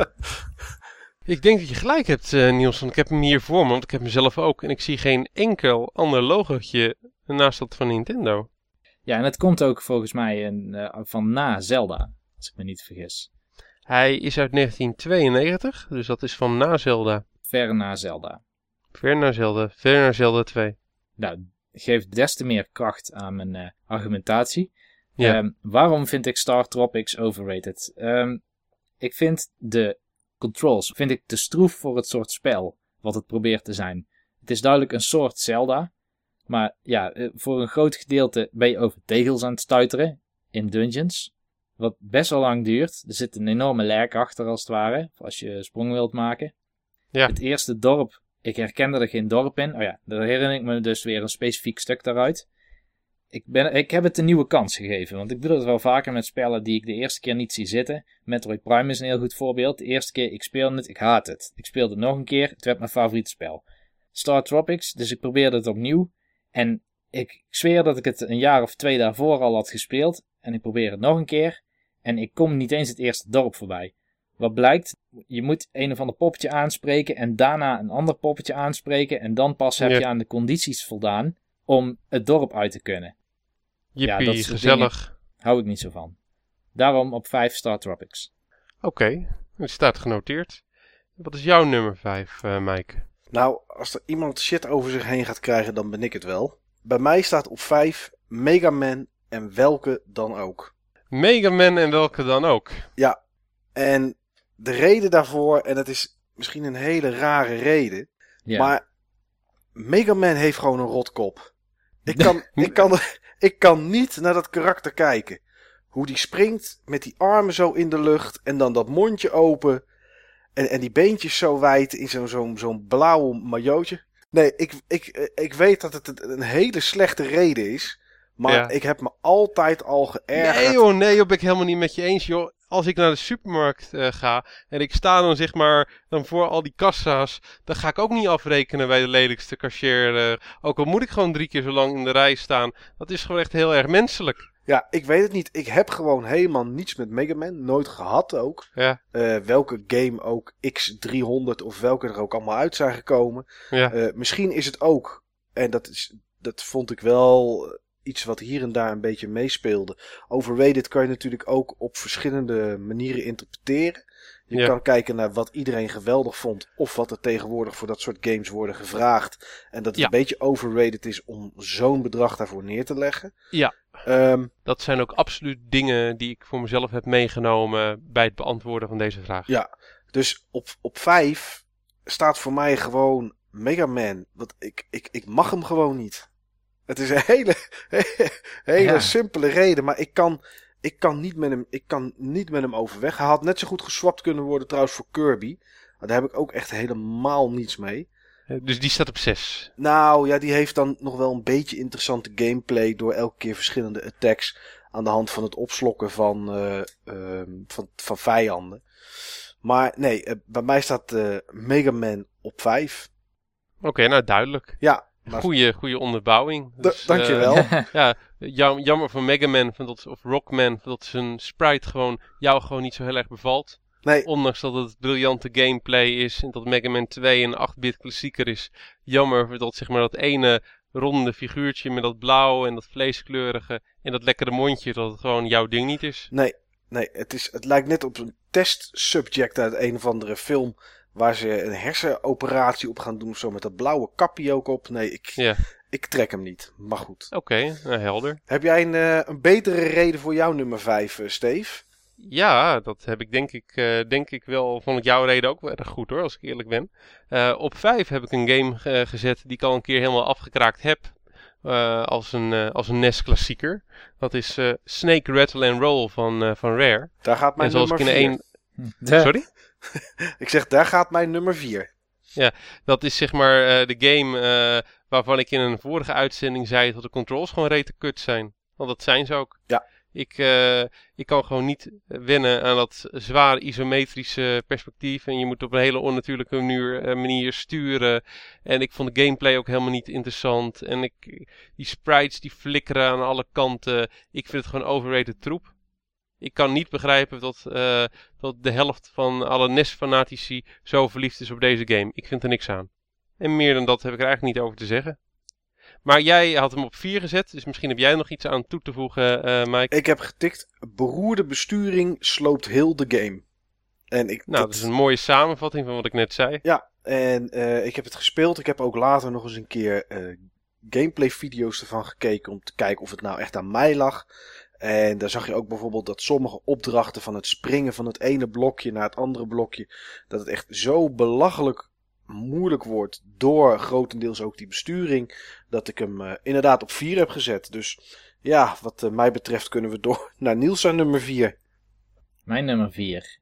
Ik denk dat je gelijk hebt, Niels. Want ik heb hem hier voor me, want ik heb hem zelf ook. En ik zie geen enkel ander logootje naast dat van Nintendo. Ja, en het komt ook volgens mij van na Zelda, als ik me niet vergis. Hij is uit 1992, dus dat is van na Zelda. Ver na Zelda. Ver naar Zelda 2. Nou, geeft des te meer kracht aan mijn argumentatie. Ja. Waarom vind ik Star Tropics overrated? Ik vind de controls te stroef voor het soort spel wat het probeert te zijn. Het is duidelijk een soort Zelda. Maar ja, voor een groot gedeelte ben je over tegels aan het stuiteren in dungeons. Wat best wel lang duurt. Er zit een enorme lerk achter als het ware. Als je sprong wilt maken. Ja. Het eerste dorp, ik herkende er geen dorp in. Oh ja, daar herinner ik me dus weer een specifiek stuk daaruit. Ik heb het een nieuwe kans gegeven. Want ik doe dat wel vaker met spellen die ik de eerste keer niet zie zitten. Metroid Prime is een heel goed voorbeeld. De eerste keer ik speelde het, ik haat het. Ik speelde het nog een keer, het werd mijn favoriete spel. Star Tropics, dus ik probeerde het opnieuw. En ik zweer dat ik het een jaar of 2 daarvoor al had gespeeld. En ik probeer het nog een keer. En ik kom niet eens het eerste dorp voorbij. Wat blijkt, je moet een of ander poppetje aanspreken en daarna een ander poppetje aanspreken. En dan pas heb je aan de condities voldaan om het dorp uit te kunnen. Jippie, dat soort gezellig. Hou ik niet zo van. Daarom op 5 Star Tropics. Oké, het staat genoteerd. Wat is jouw nummer 5, Mike? Nou, als er iemand shit over zich heen gaat krijgen, dan ben ik het wel. Bij mij staat op 5 Mega Man en welke dan ook. Mega Man en welke dan ook. Ja, en de reden daarvoor, en het is misschien een hele rare reden, Ja. maar Mega Man heeft gewoon een rotkop. Ik kan niet naar dat karakter kijken. Hoe die springt met die armen zo in de lucht en dan dat mondje open en die beentjes zo wijd in zo'n blauw majootje. Nee, ik weet dat het een hele slechte reden is, maar ik heb me altijd al geërgerd. Nee joh, ben ik helemaal niet met je eens joh. Als ik naar de supermarkt ga en ik sta dan zeg maar dan voor al die kassa's, dan ga ik ook niet afrekenen bij de lelijkste cashier. Ook al moet ik gewoon 3 keer zo lang in de rij staan. Dat is gewoon echt heel erg menselijk. Ja, ik weet het niet. Ik heb gewoon helemaal niets met Mega Man. Nooit gehad ook. Ja. Welke game ook, X300 of welke er ook allemaal uit zijn gekomen. Ja. Misschien is het ook, en dat vond ik wel iets wat hier en daar een beetje meespeelde. Overrated kan je natuurlijk ook op verschillende manieren interpreteren. Je kan kijken naar wat iedereen geweldig vond. Of wat er tegenwoordig voor dat soort games worden gevraagd. En dat het een beetje overrated is om zo'n bedrag daarvoor neer te leggen. Ja. Dat zijn ook absoluut dingen die ik voor mezelf heb meegenomen bij het beantwoorden van deze vraag. Ja, dus op 5 staat voor mij gewoon Mega Man. Want ik mag hem gewoon niet. Het is een hele simpele reden, maar ik kan niet met hem overweg. Hij had net zo goed geswapt kunnen worden trouwens voor Kirby. Maar daar heb ik ook echt helemaal niets mee. Dus die staat op 6. Nou ja, die heeft dan nog wel een beetje interessante gameplay door elke keer verschillende attacks aan de hand van het opslokken van vijanden. Maar nee, bij mij staat Mega Man op 5. Oké, nou duidelijk. Ja. Goeie onderbouwing. Dus, dankjewel. Ja, jammer van Mega Man of Rockman dat zijn sprite jou gewoon niet zo heel erg bevalt. Nee. Ondanks dat het briljante gameplay is en dat Mega Man 2 een 8-bit klassieker is. Jammer dat zeg maar dat ene ronde figuurtje met dat blauw en dat vleeskleurige en dat lekkere mondje, dat het gewoon jouw ding niet is. Nee, het lijkt net op een testsubject uit een of andere film waar ze een hersenoperatie op gaan doen of zo met dat blauwe kapje ook op. Nee, ik trek hem niet. Maar goed. Oké, helder. Heb jij een betere reden voor jouw nummer 5, Steve? Ja, dat heb ik denk ik wel, vond ik jouw reden ook wel erg goed hoor, als ik eerlijk ben. Op 5 heb ik een game gezet die ik al een keer helemaal afgekraakt heb. Als een NES-klassieker. Dat is Snake, Rattle and Roll van Rare. Daar gaat mijn nummer 4. Sorry? Ik zeg, daar gaat mijn nummer 4. Ja, dat is zeg maar de game waarvan ik in een vorige uitzending zei dat de controls gewoon rete kut zijn. Want dat zijn ze ook. Ja. Ik kan gewoon niet wennen aan dat zwaar isometrische perspectief. En je moet op een hele onnatuurlijke manier sturen. En ik vond de gameplay ook helemaal niet interessant. En die sprites die flikkeren aan alle kanten. Ik vind het gewoon overrated troep. Ik kan niet begrijpen dat de helft van alle NES-fanatici zo verliefd is op deze game. Ik vind er niks aan. En meer dan dat heb ik er eigenlijk niet over te zeggen. Maar jij had hem op 4 gezet, dus misschien heb jij nog iets aan toe te voegen, Mike. Ik heb getikt, beroerde besturing sloopt heel de game. En dat is een mooie samenvatting van wat ik net zei. Ja, en ik heb het gespeeld. Ik heb ook later nog eens een keer gameplay video's ervan gekeken om te kijken of het nou echt aan mij lag. En daar zag je ook bijvoorbeeld dat sommige opdrachten van het springen van het ene blokje naar het andere blokje, dat het echt zo belachelijk moeilijk wordt door grotendeels ook die besturing, dat ik hem inderdaad op 4 heb gezet. Dus ja, wat mij betreft kunnen we door naar Niels aan nummer 4. Mijn nummer 4.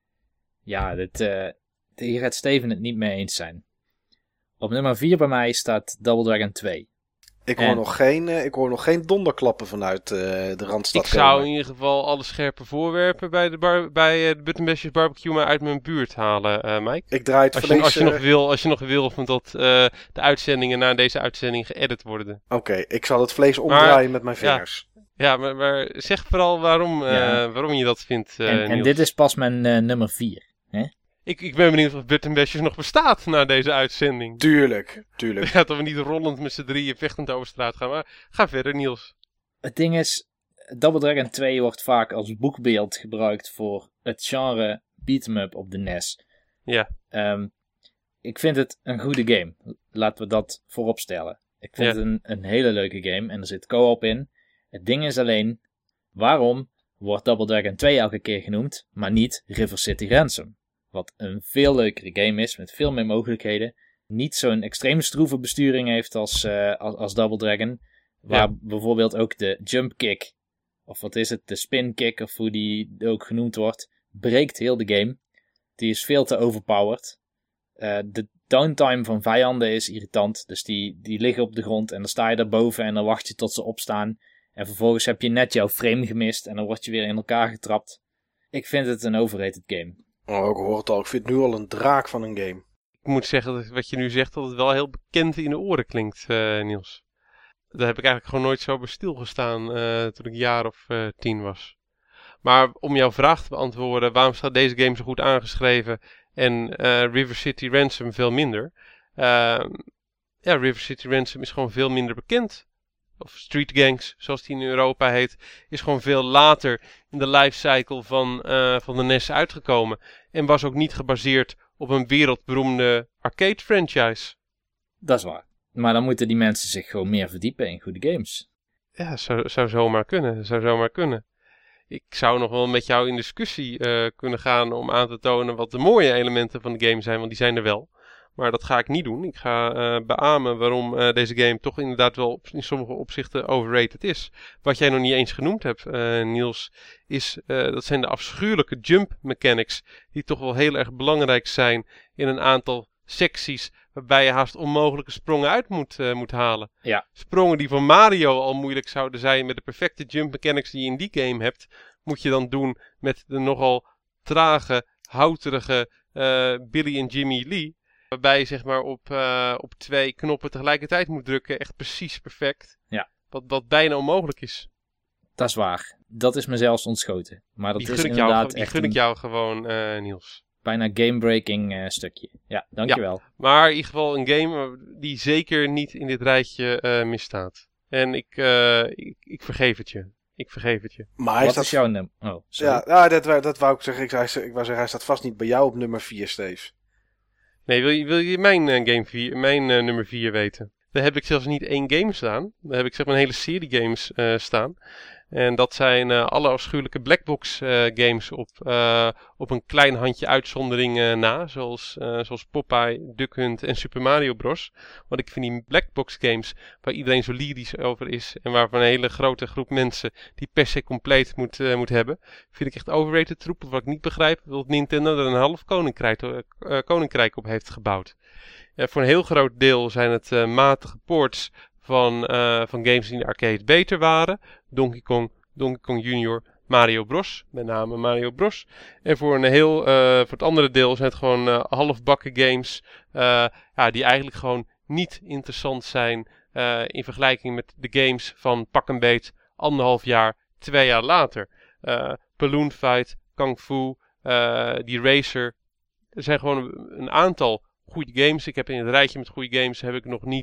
Ja, hier gaat Steven het niet mee eens zijn. Op nummer 4 bij mij staat Double Dragon 2. Ik hoor nog geen donderklappen vanuit de Randstad. Ik zou in ieder geval alle scherpe voorwerpen bij de Button Bashers Barbecue maar uit mijn buurt halen, Mike. Ik draai het vlees... Als je nog wil dat de uitzendingen na deze uitzending geëdit worden. Oké, ik zal het vlees omdraaien met mijn vingers. Ja, maar zeg vooral waarom je dat vindt, en dit is pas mijn nummer 4. Hè? Ik ben benieuwd of Button Bashers nog bestaat na deze uitzending. Tuurlijk. Ja, dat we niet rollend met z'n drieën vechtend over straat gaan. Maar ga verder, Niels. Het ding is, Double Dragon 2 wordt vaak als boekbeeld gebruikt voor het genre beat-em-up op de NES. Ja. Ik vind het een goede game. Laten we dat voorop stellen. Ik vind het een hele leuke game en er zit co-op in. Het ding is alleen, waarom wordt Double Dragon 2 elke keer genoemd, maar niet River City Ransom? Wat een veel leukere game is, met veel meer mogelijkheden. Niet zo'n extreem stroeve besturing heeft als Double Dragon. Waar bijvoorbeeld ook de jump kick, of wat is het, de spin kick, of hoe die ook genoemd wordt, breekt heel de game. Die is veel te overpowered. De downtime van vijanden is irritant. Dus die liggen op de grond en dan sta je daarboven en dan wacht je tot ze opstaan. En vervolgens heb je net jouw frame gemist en dan word je weer in elkaar getrapt. Ik vind het een overrated game. Oh, ik hoor het al. Ik vind het nu al een draak van een game. Ik moet zeggen dat wat je nu zegt, dat het wel heel bekend in de oren klinkt, Niels. Daar heb ik eigenlijk gewoon nooit zo bij stilgestaan toen ik een jaar of 10 was. Maar om jouw vraag te beantwoorden, waarom staat deze game zo goed aangeschreven en River City Ransom veel minder? River City Ransom is gewoon veel minder bekend. Of Street Gangs, zoals die in Europa heet, is gewoon veel later in de lifecycle van de NES uitgekomen. En was ook niet gebaseerd op een wereldberoemde arcade franchise. Dat is waar. Maar dan moeten die mensen zich gewoon meer verdiepen in goede games. Ja, zou zomaar kunnen. Ik zou nog wel met jou in discussie kunnen gaan om aan te tonen wat de mooie elementen van de game zijn, want die zijn er wel. Maar dat ga ik niet doen. Ik ga beamen waarom deze game toch inderdaad wel in sommige opzichten overrated is. Wat jij nog niet eens genoemd hebt, Niels, dat zijn de afschuwelijke jump mechanics. Die toch wel heel erg belangrijk zijn in een aantal secties waarbij je haast onmogelijke sprongen uit moet halen. Ja. Sprongen die voor Mario al moeilijk zouden zijn met de perfecte jump mechanics die je in die game hebt, moet je dan doen met de nogal trage, houterige Billy en Jimmy Lee. Waarbij je zeg maar op 2 knoppen tegelijkertijd moet drukken. Echt precies perfect. Ja. Wat bijna onmogelijk is. Dat is waar. Dat is me zelfs ontschoten. Maar dat die is gun inderdaad die gun ik jou gewoon, Niels. Bijna game-breaking stukje. Ja, dankjewel. Ja, maar in ieder geval een game die zeker niet in dit rijtje misstaat. En ik vergeef het je. Maar wat is jouw nummer? Oh, sorry. Ja, dat wou ik zeggen. Ik wou zeggen, hij staat vast niet bij jou op nummer 4, Steve. Nee, wil je mijn nummer 4 weten? Daar heb ik zelfs niet 1 game staan. Daar heb ik zeg maar een hele serie games staan. En dat zijn alle afschuwelijke blackbox games op een klein handje uitzondering na. Zoals Popeye, Duck Hunt en Super Mario Bros. Want ik vind die blackbox games waar iedereen zo lyrisch over is. En waarvan een hele grote groep mensen die per se compleet moet hebben. Vind ik echt overrated troep. Wat ik niet begrijp, dat Nintendo er een half koninkrijk op heeft gebouwd. Voor een heel groot deel zijn het matige ports van games die in de arcade beter waren. Donkey Kong Jr., Mario Bros. Met name Mario Bros. En voor het andere deel zijn het gewoon halfbakken games. Die eigenlijk gewoon niet interessant zijn in vergelijking met de games van pak een beet 1,5 jaar, 2 jaar later. Balloon Fight, Kung Fu, die Racer. Er zijn gewoon een aantal goede games. Ik heb in het rijtje met goede games heb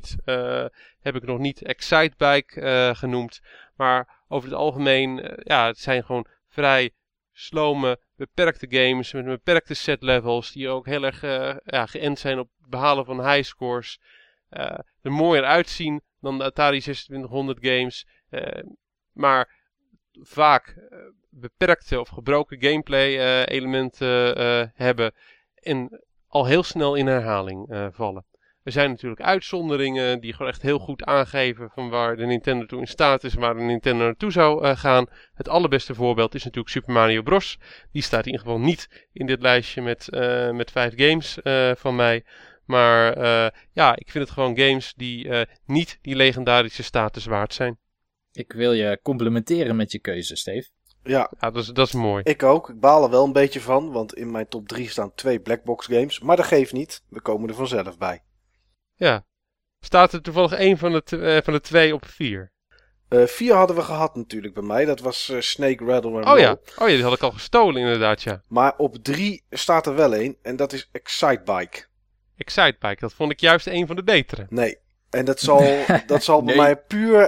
ik nog niet Excitebike genoemd. Maar over het algemeen, het zijn gewoon vrij slome, beperkte games met een beperkte set levels die ook heel erg geënt zijn op het behalen van high scores. Er mooier uitzien dan de Atari 2600 games. Maar vaak beperkte of gebroken gameplay elementen hebben en al heel snel in herhaling vallen. Er zijn natuurlijk uitzonderingen die gewoon echt heel goed aangeven van waar de Nintendo toe in staat is en waar de Nintendo naartoe zou gaan. Het allerbeste voorbeeld is natuurlijk Super Mario Bros. Die staat in ieder geval niet in dit lijstje met 5 games van mij. Maar ja, ik vind het gewoon games die niet die legendarische status waard zijn. Ik wil je complimenteren met je keuze, Steve. Ja, Dat is mooi. ik ook. Ik baal er wel een beetje van, want in mijn top 3 staan 2 Blackbox games. Maar dat geeft niet, we komen er vanzelf bij. Ja. Staat er toevallig één van de 2 op 4? 4 hadden we gehad natuurlijk bij mij, dat was Snake, Rattle en Oh Roll. ja, die had ik al gestolen inderdaad, ja. Maar op 3 staat er wel één en dat is Excitebike. Excitebike, dat vond ik juist een van de betere. Nee, en dat zal bij mij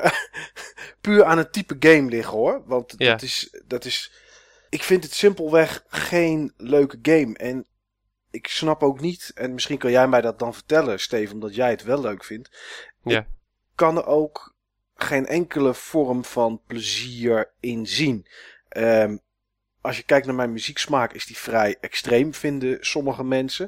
puur aan het type game liggen hoor. Want Ja. dat is... Ik vind het simpelweg geen leuke game. En ik snap ook niet, en misschien kan jij mij dat dan vertellen, Steven, omdat jij het wel leuk vindt. Ja. Ik kan er ook geen enkele vorm van plezier in zien. Als je kijkt naar mijn muzieksmaak is die vrij extreem, vinden sommige mensen.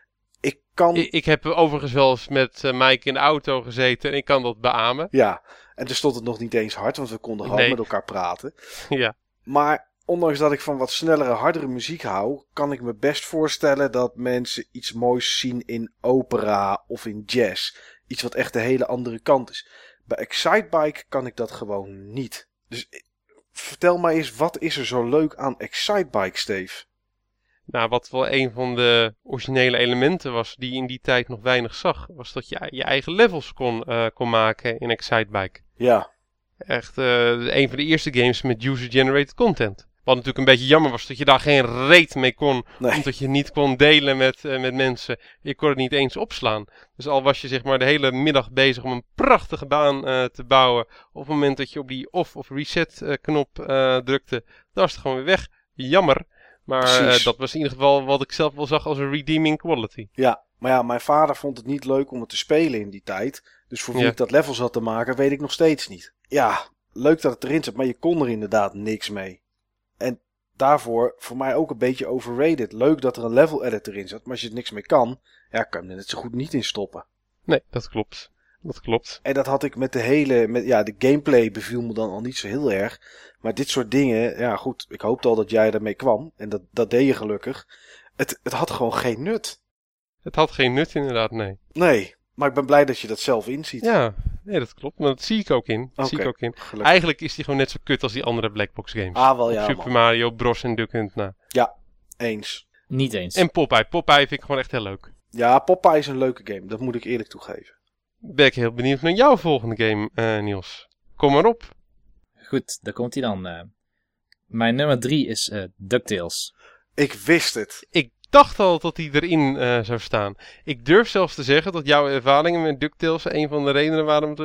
Ik heb overigens wel eens met Mike in de auto gezeten en ik kan dat beamen. Ja, en toen stond het nog niet eens hard, want we konden gewoon met elkaar praten. Ja. Maar ondanks dat ik van wat snellere, hardere muziek hou, kan ik me best voorstellen dat mensen iets moois zien in opera of in jazz. Iets wat echt de hele andere kant is. Bij Excitebike kan ik dat gewoon niet. Dus vertel mij eens, wat is er zo leuk aan Excitebike, Steve? Nou, wat wel een van de originele elementen was die je in die tijd nog weinig zag, was dat je je eigen levels kon maken in Excitebike. Ja. Echt een van de eerste games met user-generated content. Wat natuurlijk een beetje jammer was dat je daar geen reet mee kon. Nee. Omdat je niet kon delen met mensen. Je kon het niet eens opslaan. Dus al was je zeg maar de hele middag bezig om een prachtige baan te bouwen. Op het moment dat je op die off of reset knop drukte, dan was het gewoon weer weg. Jammer. Maar dat was in ieder geval wat ik zelf wel zag als een redeeming quality. Ja, maar ja, mijn vader vond het niet leuk om het te spelen in die tijd. Dus voor wie ik dat level zat te maken, weet ik nog steeds niet. Ja, leuk dat het erin zat, maar je kon er inderdaad niks mee. En daarvoor voor mij ook een beetje overrated. Leuk dat er een level editor in zat, maar als je er niks mee kan, ja, kan je er net zo goed niet in stoppen. Nee, dat klopt. Dat klopt. En dat had ik met de gameplay beviel me dan al niet zo heel erg. Maar dit soort dingen, ja goed, ik hoopte al dat jij ermee kwam. En dat deed je gelukkig. Het had gewoon geen nut. Het had geen nut inderdaad, nee. Nee, maar ik ben blij dat je dat zelf inziet. Ja, nee, dat klopt. Maar dat zie ik ook in. Gelukkig. Eigenlijk is die gewoon net zo kut als die andere Blackbox games. Ah, wel ja, Super man. Mario Bros. En Duck Hunt na. Ja, eens. Niet eens. En Popeye. Popeye vind ik gewoon echt heel leuk. Ja, Popeye is een leuke game. Dat moet ik eerlijk toegeven. Ben ik heel benieuwd naar jouw volgende game, Niels. Kom maar op. Goed, daar komt hij dan. Mijn nummer 3 is DuckTales. Ik wist het. Ik dacht al dat die erin zou staan. Ik durf zelfs te zeggen dat jouw ervaringen met DuckTales een van de redenen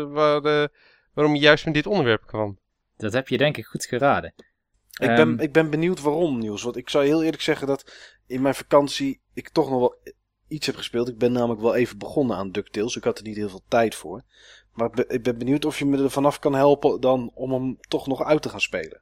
waarom je juist met dit onderwerp kwam. Dat heb je denk ik goed geraden. Ik ben benieuwd waarom, Niels. Want ik zou heel eerlijk zeggen dat in mijn vakantie ik toch nog wel iets heb gespeeld. Ik ben namelijk wel even begonnen aan DuckTales. Ik had er niet heel veel tijd voor. Maar ik ben benieuwd of je me er vanaf kan helpen dan om hem toch nog uit te gaan spelen.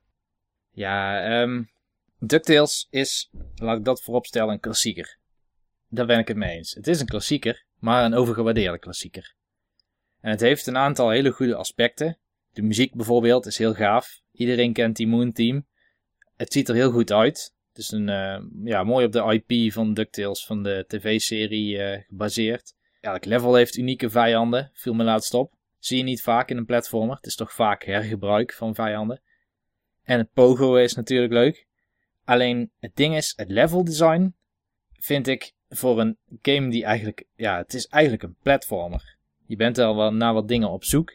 Ja, DuckTales is, laat ik dat vooropstellen, een klassieker. Daar ben ik het mee eens. Het is een klassieker, maar een overgewaardeerde klassieker. En het heeft een aantal hele goede aspecten. De muziek bijvoorbeeld is heel gaaf. Iedereen kent die Moon Team. Het ziet er heel goed uit. Het is mooi op de IP van DuckTales van de tv-serie gebaseerd. Elk level heeft unieke vijanden, viel me laatst op. Zie je niet vaak in een platformer. Het is toch vaak hergebruik van vijanden. En het pogo is natuurlijk leuk. Alleen het ding is, het level design vind ik voor een game die eigenlijk, het is eigenlijk een platformer. Je bent er wel naar wat dingen op zoek.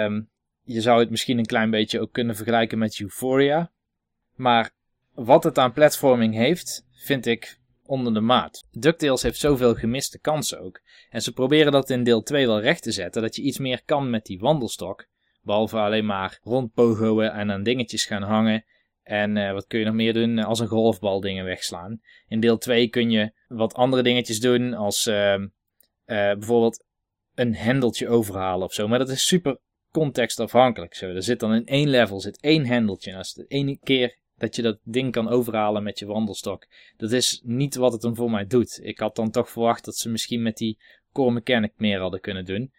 Je zou het misschien een klein beetje ook kunnen vergelijken met Euphoria. Maar wat het aan platforming heeft, vind ik onder de maat. DuckTales heeft zoveel gemiste kansen ook. En ze proberen dat in deel 2 wel recht te zetten, dat je iets meer kan met die wandelstok. Behalve alleen maar rondpogoen en aan dingetjes gaan hangen. En wat kun je nog meer doen als een golfbal dingen wegslaan. In deel 2 kun je wat andere dingetjes doen als bijvoorbeeld een hendeltje overhalen of zo. Maar dat is super contextafhankelijk. Zo. Er zit dan in één level één hendeltje. En als de ene keer dat je dat ding kan overhalen met je wandelstok. Dat is niet wat het dan voor mij doet. Ik had dan toch verwacht dat ze misschien met die core mechanic meer hadden kunnen doen.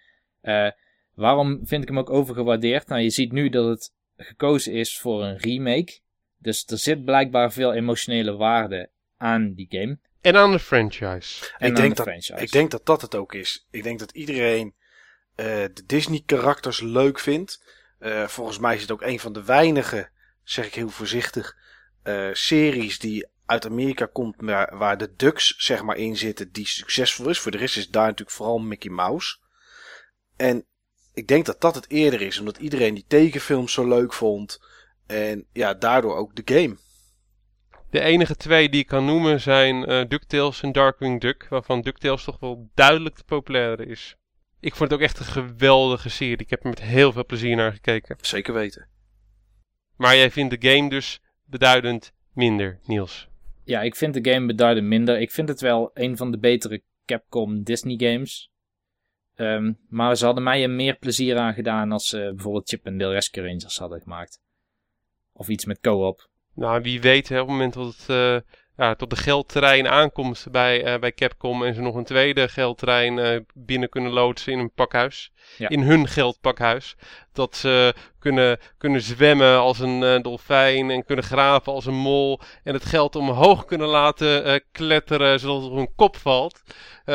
Waarom vind ik hem ook overgewaardeerd? Nou, je ziet nu dat het gekozen is voor een remake. Dus er zit blijkbaar veel emotionele waarde aan die game. En aan de franchise. Ik denk dat dat het ook is. Ik denk dat iedereen de Disney-karakters leuk vindt. Volgens mij is het ook een van de weinige, zeg ik heel voorzichtig, series die uit Amerika komt, waar de Ducks zeg maar in zitten, die succesvol is. Voor de rest is daar natuurlijk vooral Mickey Mouse. En ik denk dat dat het eerder is, omdat iedereen die tekenfilms zo leuk vond. En ja, daardoor ook de game. De enige twee die ik kan noemen zijn DuckTales en Darkwing Duck, waarvan DuckTales toch wel duidelijk de populaire is. Ik vond het ook echt een geweldige serie. Ik heb er met heel veel plezier naar gekeken. Zeker weten. Maar jij vindt de game dus beduidend minder, Niels? Ja, ik vind de game beduidend minder. Ik vind het wel een van de betere Capcom Disney games. Maar ze hadden mij er meer plezier aan gedaan als ze bijvoorbeeld Chip and Dale Rescue Rangers hadden gemaakt. Of iets met co-op. Nou, wie weet, hè, op het moment dat het tot de geldterrein aankomt bij Capcom en ze nog een tweede geldterrein binnen kunnen loodsen in een pakhuis. Ja. In hun geldpakhuis. Dat ze kunnen zwemmen als een dolfijn en kunnen graven als een mol. En het geld omhoog kunnen laten kletteren zodat het op hun kop valt.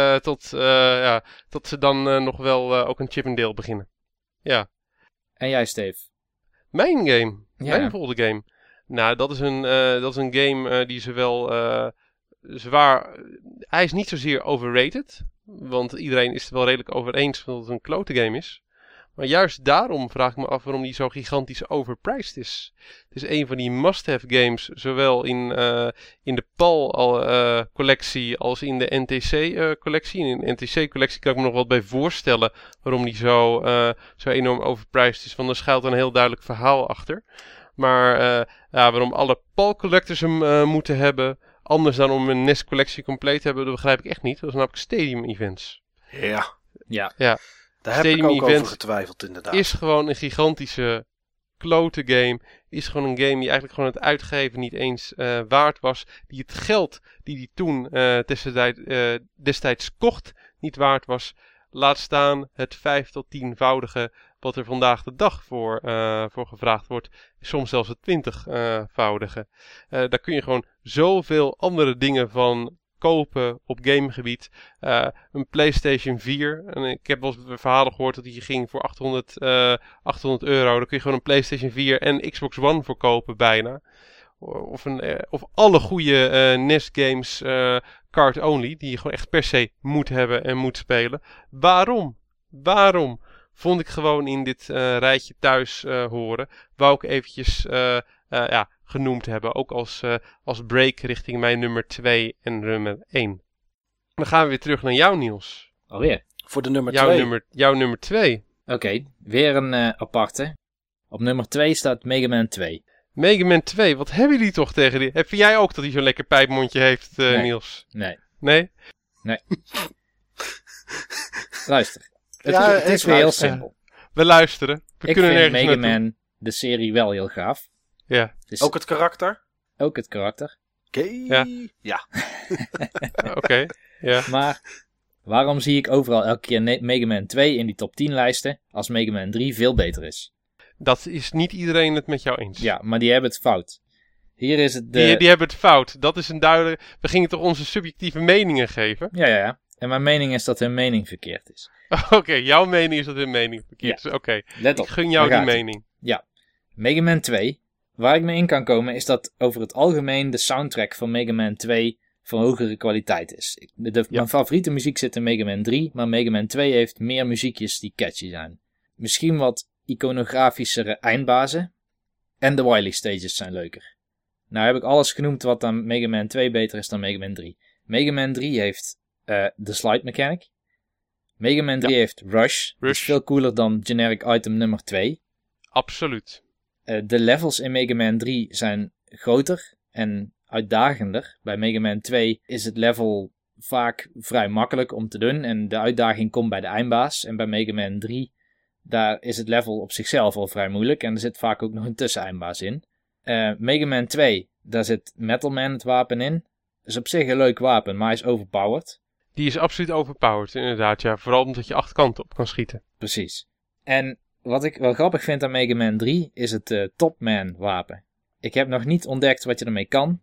Tot ze dan nog wel ook een Chip and Dale beginnen. Ja. En jij, Steve? Mijn game. Ja. Mijn volgende game. Nou, dat is een game die zowel zwaar... Hij is niet zozeer overrated. Want iedereen is het wel redelijk over eens dat het een klote game is. Maar juist daarom vraag ik me af waarom die zo gigantisch overpriced is. Het is een van die must-have games, zowel in de PAL-collectie als in de NTC-collectie. In de NTC-collectie kan ik me nog wat bij voorstellen waarom die zo enorm overpriced is. Want er schuilt een heel duidelijk verhaal achter. Maar waarom alle PAL-collectors hem moeten hebben, anders dan om een NES-collectie compleet te hebben, dat begrijp ik echt niet. Dat is namelijk Stadium Events. Ja. Daar Stadium heb ik ook Events over getwijfeld inderdaad. Is gewoon een gigantische klote game. Is gewoon een game die eigenlijk gewoon het uitgeven niet eens waard was. Die het geld die hij toen destijds kocht niet waard was. Laat staan het 5 tot 10-voudige wat er vandaag de dag voor gevraagd wordt. Soms zelfs het 20-voudige. Daar kun je gewoon zoveel andere dingen van kopen op gamegebied. Een PlayStation 4. En ik heb wel eens verhalen gehoord dat die ging voor €800. Daar kun je gewoon een PlayStation 4 en Xbox One voor kopen bijna. Of alle goede NES games card only. Die je gewoon echt per se moet hebben en moet spelen. Waarom vond ik gewoon in dit rijtje thuis horen. Wou ik eventjes genoemd hebben. Ook als break richting mijn nummer 2 en nummer 1. Dan gaan we weer terug naar jou, Niels. Alweer? Voor de nummer 2. Jouw nummer 2. Oké, weer een aparte. Op nummer 2 staat Mega Man 2. Mega Man 2, wat hebben jullie toch tegen die? Vind jij ook dat hij zo'n lekker pijpmondje heeft, nee. Niels? Nee. Nee? Nee. Luister. Het is weer heel simpel. We luisteren. Ik vind Mega Man, de serie, wel heel gaaf. Ja. Dus ook het karakter? Ook het karakter. Oké. Ja. Oké. Ja. Maar waarom zie ik overal elke keer Mega Man 2 in die top 10 lijsten als Mega Man 3 veel beter is? Dat is niet iedereen het met jou eens. Ja, maar die hebben het fout. Hier is het die hebben het fout. Dat is een duidelijk... We gingen toch onze subjectieve meningen geven? Ja. En mijn mening is dat hun mening verkeerd is. Oké, jouw mening is dat hun mening verkeerd is. Oké, let op. Ik gun jou die mening. Ja. Mega Man 2. Waar ik me in kan komen is dat over het algemeen de soundtrack van Mega Man 2 van hogere kwaliteit is. Mijn favoriete muziek zit in Mega Man 3, maar Mega Man 2 heeft meer muziekjes die catchy zijn. Misschien wat iconografischere eindbazen. En de Wily stages zijn leuker. Nou heb ik alles genoemd wat aan Mega Man 2 beter is dan Mega Man 3. Mega Man 3 heeft de slide mechanic. Mega Man 3 heeft Rush. Dat is veel cooler dan generic item nummer 2. Absoluut. De levels in Mega Man 3 zijn groter en uitdagender. Bij Mega Man 2 is het level vaak vrij makkelijk om te doen. En de uitdaging komt bij de eindbaas. En bij Mega Man 3, daar is het level op zichzelf al vrij moeilijk. En er zit vaak ook nog een tusseneindbaas in. Mega Man 2, daar zit Metal Man het wapen in. Dat is op zich een leuk wapen, maar hij is overpowered. Die is absoluut overpowered, inderdaad. Ja. Vooral omdat je 8 kanten op kan schieten. Precies. En wat ik wel grappig vind aan Mega Man 3 is het Top Man wapen. Ik heb nog niet ontdekt wat je ermee kan.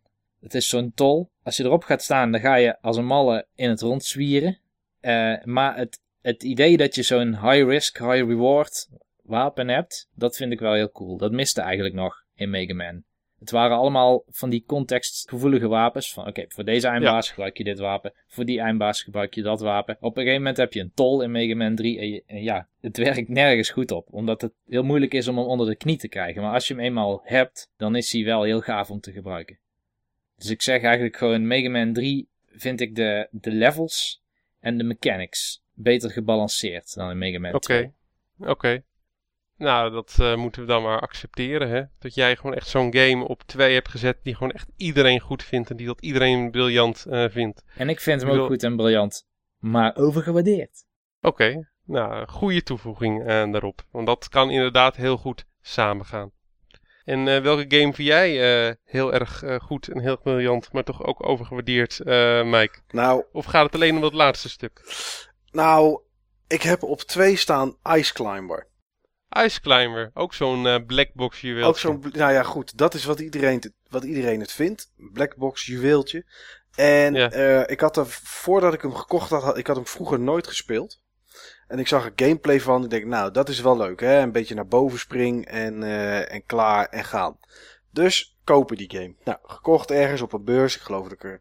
Het is zo'n tol. Als je erop gaat staan, dan ga je als een malle in het rond zwieren. Maar het idee dat je zo'n high risk, high reward wapen hebt, dat vind ik wel heel cool. Dat miste eigenlijk nog in Mega Man. Het waren allemaal van die contextgevoelige wapens. Van oké, voor deze eindbaas gebruik je dit wapen. Voor die eindbaas gebruik je dat wapen. Op een gegeven moment heb je een tol in Mega Man 3. En ja, het werkt nergens goed op. Omdat het heel moeilijk is om hem onder de knie te krijgen. Maar als je hem eenmaal hebt, dan is hij wel heel gaaf om te gebruiken. Dus ik zeg eigenlijk gewoon, Mega Man 3 vind ik de levels en de mechanics beter gebalanceerd dan in Mega Man 2. Oké. Nou, dat moeten we dan maar accepteren, hè. Dat jij gewoon echt zo'n game op 2 hebt gezet die gewoon echt iedereen goed vindt en die dat iedereen briljant vindt. En ik vind hem ook goed en briljant, maar overgewaardeerd. Oké, nou, goede toevoeging daarop. Want dat kan inderdaad heel goed samengaan. En welke game vind jij heel erg goed en heel briljant, maar toch ook overgewaardeerd, Mike? Nou, of gaat het alleen om dat laatste stuk? Nou, ik heb op 2 staan Ice Climber. Ice Climber, ook zo'n blackbox juweeltje. Ook zo'n, nou ja goed, dat is wat iedereen het vindt. Blackbox juweeltje. En ik had er, voordat ik hem gekocht had, ik had hem vroeger nooit gespeeld. En ik zag er gameplay van. Ik denk, nou, dat is wel leuk, hè. Een beetje naar boven springen en klaar en gaan. Dus kopen die game. Nou, gekocht ergens op een beurs. Ik geloof dat ik er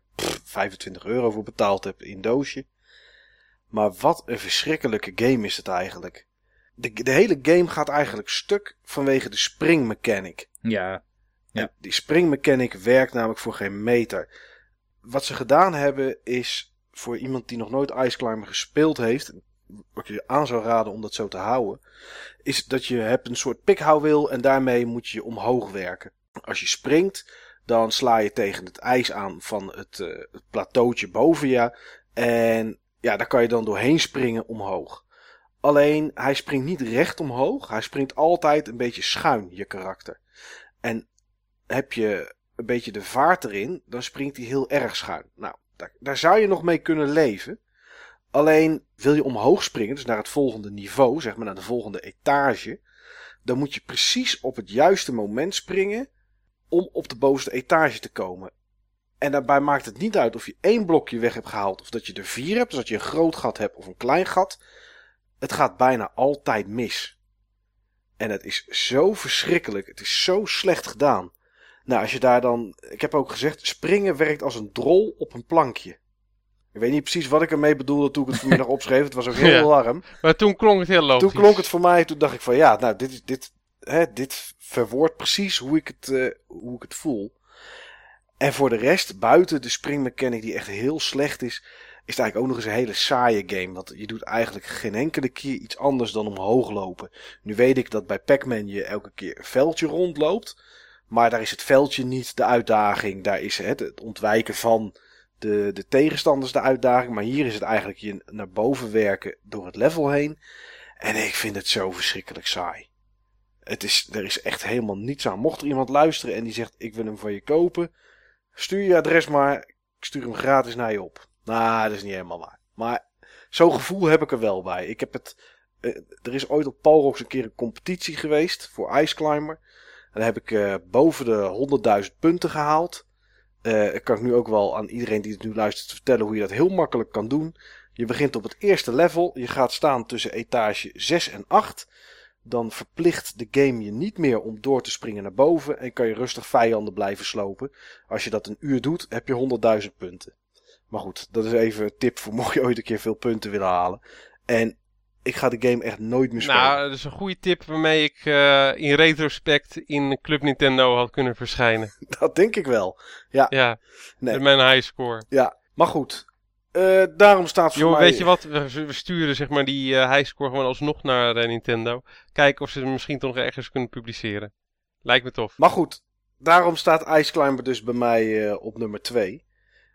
€25 voor betaald heb in doosje. Maar wat een verschrikkelijke game is het eigenlijk. De hele game gaat eigenlijk stuk vanwege de springmechanic. Ja. En die springmechanic werkt namelijk voor geen meter. Wat ze gedaan hebben is, voor iemand die nog nooit Ice Climber gespeeld heeft, wat ik je aan zou raden om dat zo te houden, is dat je hebt een soort pikhouwwiel en daarmee moet je omhoog werken. Als je springt, dan sla je tegen het ijs aan van het plateautje boven je. En ja, daar kan je dan doorheen springen omhoog. Alleen, hij springt niet recht omhoog. Hij springt altijd een beetje schuin, je karakter. En heb je een beetje de vaart erin, dan springt hij heel erg schuin. Nou, daar zou je nog mee kunnen leven. Alleen, wil je omhoog springen, dus naar het volgende niveau, zeg maar naar de volgende etage, dan moet je precies op het juiste moment springen om op de bovenste etage te komen. En daarbij maakt het niet uit of je 1 blokje weg hebt gehaald of dat je er 4 hebt, dus dat je een groot gat hebt of een klein gat. Het gaat bijna altijd mis. En het is zo verschrikkelijk. Het is zo slecht gedaan. Nou, als je daar dan... Ik heb ook gezegd, springen werkt als een drol op een plankje. Ik weet niet precies wat ik ermee bedoelde toen ik het vanmiddag opschreef. Het was ook heel warm. Maar toen klonk het heel logisch. Toen klonk het voor mij. Toen dacht ik van ja, nou, dit verwoordt precies hoe ik het voel. En voor de rest, buiten de springmechanic die echt heel slecht is het eigenlijk ook nog eens een hele saaie game. Want je doet eigenlijk geen enkele keer iets anders dan omhoog lopen. Nu weet ik dat bij Pac-Man je elke keer een veldje rondloopt. Maar daar is het veldje niet de uitdaging. Daar is het ontwijken van de tegenstanders de uitdaging. Maar hier is het eigenlijk je naar boven werken door het level heen. En ik vind het zo verschrikkelijk saai. Er is echt helemaal niets aan. Mocht er iemand luisteren en die zegt ik wil hem van je kopen, stuur je adres maar. Ik stuur hem gratis naar je op. Nou, dat is niet helemaal waar. Maar zo'n gevoel heb ik er wel bij. Ik heb er is ooit op Palrox een keer een competitie geweest voor Ice Climber. En daar heb ik boven de 100.000 punten gehaald. Ik kan nu ook wel aan iedereen die het nu luistert vertellen hoe je dat heel makkelijk kan doen. Je begint op het eerste level. Je gaat staan tussen etage 6 en 8. Dan verplicht de game je niet meer om door te springen naar boven. En kan je rustig vijanden blijven slopen. Als je dat een uur doet, heb je 100.000 punten. Maar goed, dat is even een tip voor mocht je ooit een keer veel punten willen halen. En ik ga de game echt nooit meer spelen. Nou, dat is een goede tip waarmee ik in retrospect in Club Nintendo had kunnen verschijnen. Dat denk ik wel. Ja, met mijn highscore. Ja, maar goed. Daarom staat voor mij... Weet je wat? We sturen zeg maar die highscore gewoon alsnog naar Nintendo. Kijken of ze hem misschien toch nog ergens kunnen publiceren. Lijkt me tof. Maar goed, daarom staat Ice Climber dus bij mij op nummer 2.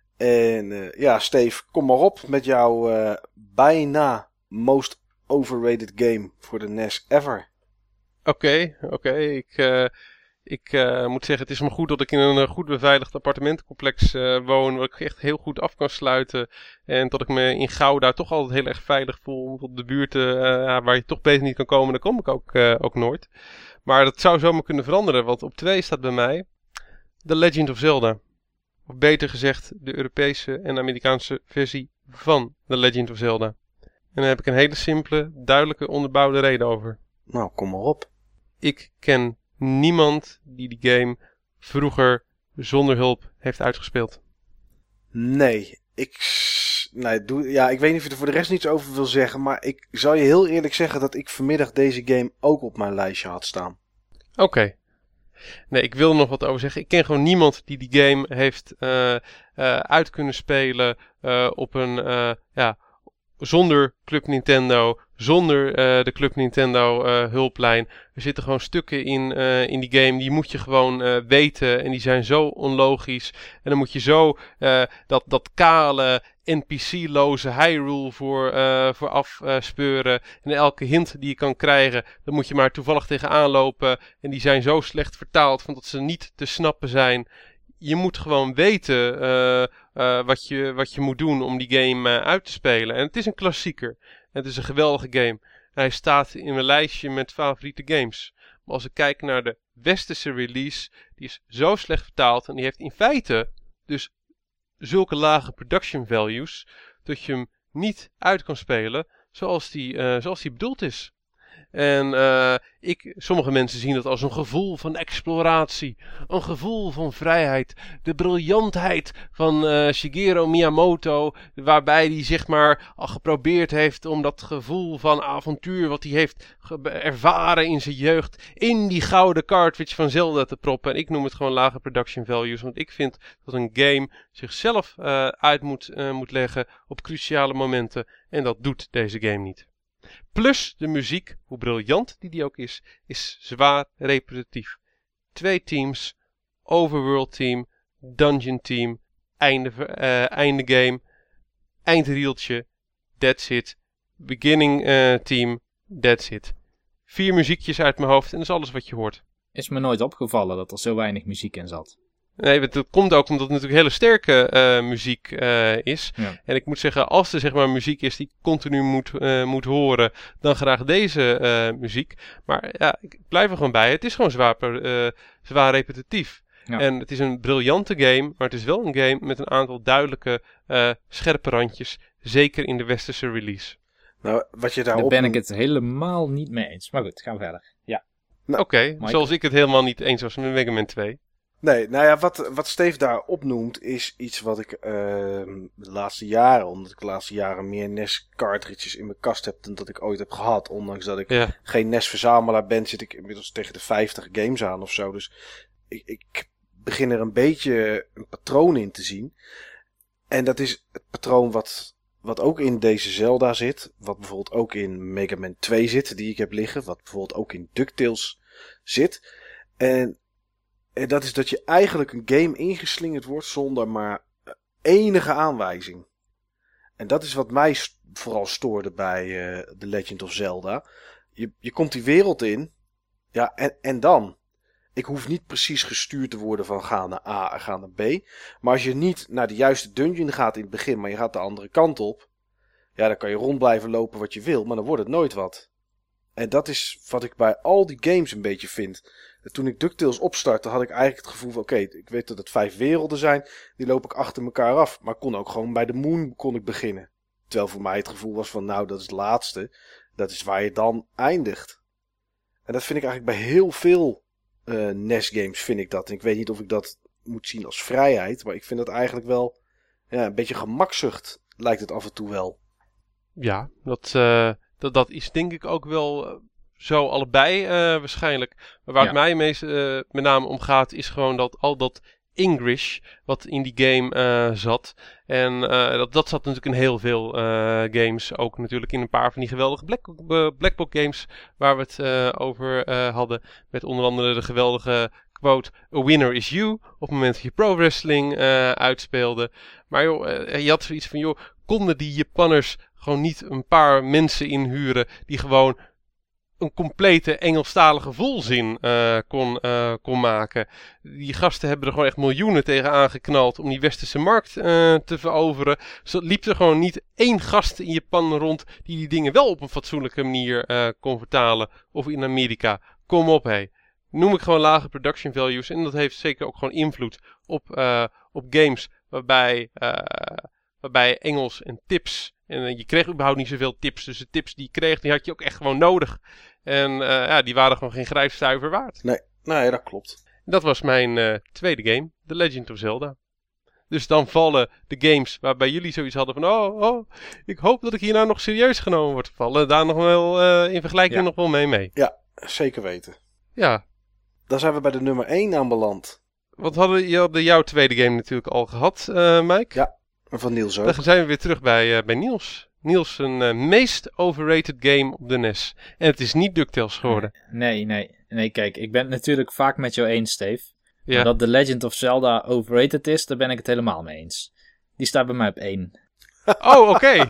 En Steve, kom maar op met jouw bijna most overrated game voor de NES ever. Oké. Ik moet zeggen, het is maar goed dat ik in een goed beveiligd appartementencomplex woon, waar ik echt heel goed af kan sluiten. En dat ik me in Gouda toch altijd heel erg veilig voel. Op de buurten waar je toch beter niet kan komen, daar kom ik ook nooit. Maar dat zou zomaar kunnen veranderen, want op 2 staat bij mij The Legend of Zelda. Of beter gezegd, de Europese en Amerikaanse versie van The Legend of Zelda. En daar heb ik een hele simpele, duidelijke, onderbouwde reden over. Nou, kom maar op. Ik ken niemand die die game vroeger zonder hulp heeft uitgespeeld. Nee, ik weet niet of je er voor de rest niets over wil zeggen, maar ik zal je heel eerlijk zeggen dat ik vanmiddag deze game ook op mijn lijstje had staan. Oké. Nee, ik wil er nog wat over zeggen. Ik ken gewoon niemand die die game heeft uit kunnen spelen op een, zonder Club Nintendo, zonder de Club Nintendo hulplijn. Er zitten gewoon stukken in die game, die moet je gewoon weten en die zijn zo onlogisch. En dan moet je zo dat kale, NPC-loze Hyrule voor afspeuren. En elke hint die je kan krijgen, dan moet je maar toevallig tegenaan lopen. En die zijn zo slecht vertaald, van dat ze niet te snappen zijn. Je moet gewoon weten wat je moet doen om die game uit te spelen. En het is een klassieker. En het is een geweldige game. Hij staat in mijn lijstje met favoriete games. Maar als ik kijk naar de westerse release, die is zo slecht vertaald. En die heeft in feite dus zulke lage production values, dat je hem niet uit kan spelen zoals die bedoeld is. En sommige mensen zien dat als een gevoel van exploratie, een gevoel van vrijheid, de briljantheid van Shigeru Miyamoto, waarbij hij zeg maar al geprobeerd heeft om dat gevoel van avontuur wat hij heeft ervaren in zijn jeugd in die gouden cartridge van Zelda te proppen. En ik noem het gewoon lage production values, want ik vind dat een game zichzelf uit moet leggen op cruciale momenten en dat doet deze game niet. Plus de muziek, hoe briljant die ook is zwaar repetitief. 2 teams, overworld team, dungeon team, einde game, eindrieltje, that's it. Beginning team, that's it. 4 muziekjes uit mijn hoofd en dat is alles wat je hoort. Is me nooit opgevallen dat er zo weinig muziek in zat. Nee, dat komt ook omdat het natuurlijk hele sterke muziek is. Ja. En ik moet zeggen, als er zeg maar muziek is die ik continu moet horen, dan graag deze muziek. Maar ja, ik blijf er gewoon bij. Het is gewoon zwaar repetitief. Ja. En het is een briljante game, maar het is wel een game met een aantal duidelijke, scherpe randjes. Zeker in de westerse release. Nou, wat je daar ben ik het helemaal niet mee eens. Maar goed, gaan we verder. Ja. Nou, Oké, zoals ik het helemaal niet eens was met Mega Man 2. Nee, nou ja, wat Steve daar opnoemt is iets wat ik de laatste jaren, omdat ik de laatste jaren meer NES cartridges in mijn kast heb dan dat ik ooit heb gehad. Ondanks dat ik geen NES verzamelaar ben, zit ik inmiddels tegen de 50 games aan of zo. Dus ik begin er een beetje een patroon in te zien. En dat is het patroon wat ook in deze Zelda zit. Wat bijvoorbeeld ook in Mega Man 2 zit, die ik heb liggen. Wat bijvoorbeeld ook in DuckTales zit. En dat is dat je eigenlijk een game ingeslingerd wordt zonder maar enige aanwijzing. En dat is wat mij vooral stoorde bij The Legend of Zelda. Je komt die wereld in. Ja, en dan? Ik hoef niet precies gestuurd te worden van ga naar A en ga naar B. Maar als je niet naar de juiste dungeon gaat in het begin, maar je gaat de andere kant op. Ja, dan kan je rond blijven lopen wat je wil, maar dan wordt het nooit wat. En dat is wat ik bij al die games een beetje vind. Toen ik DuckTales opstartte had ik eigenlijk het gevoel van oké, ik weet dat het 5 werelden zijn. Die loop ik achter elkaar af. Maar kon ook gewoon bij de Moon beginnen. Terwijl voor mij het gevoel was van nou, dat is het laatste. Dat is waar je dan eindigt. En dat vind ik eigenlijk bij heel veel NES games vind ik dat. En ik weet niet of ik dat moet zien als vrijheid. Maar ik vind dat eigenlijk wel een beetje gemakzucht lijkt het af en toe wel. Ja, dat is denk ik ook wel zo allebei waarschijnlijk. Maar waar het mij met name om gaat is gewoon dat al dat English wat in die game zat. En dat zat natuurlijk in heel veel games. Ook natuurlijk in een paar van die geweldige Blackbox games waar we het over hadden. Met onder andere de geweldige quote, a winner is you. Op het moment dat je pro wrestling uitspeelde. Maar joh, je had zoiets van joh, konden die Japanners gewoon niet een paar mensen inhuren die gewoon een complete Engelstalige volzin kon maken. Die gasten hebben er gewoon echt miljoenen tegen aangeknald om die westerse markt te veroveren. Dus liep er gewoon niet één gast in Japan rond die dingen wel op een fatsoenlijke manier kon vertalen. Of in Amerika. Kom op hé. Noem ik gewoon lage production values. En dat heeft zeker ook gewoon invloed op op games waarbij Engels en tips. En je kreeg überhaupt niet zoveel tips. Dus de tips die je kreeg, die had je ook echt gewoon nodig. En die waren gewoon geen grijpstuiver waard. Nee, dat klopt. Dat was mijn tweede game, The Legend of Zelda. Dus dan vallen de games waarbij jullie zoiets hadden van... ik hoop dat ik hier nou nog serieus genomen word. Vallen daar nog wel in vergelijking nog wel mee. Ja, zeker weten. Ja. Dan zijn we bij de nummer 1 aanbeland. Want je had jouw tweede game natuurlijk al gehad, Mike. Ja, van Niels ook. Dan zijn we weer terug bij Niels. Niels, een meest overrated game op de NES. En het is niet DuckTales geworden. Nee, kijk, ik ben het natuurlijk vaak met jou eens, Steve. Ja. Dat The Legend of Zelda overrated is, daar ben ik het helemaal mee eens. Die staat bij mij op 1. Oh, oké.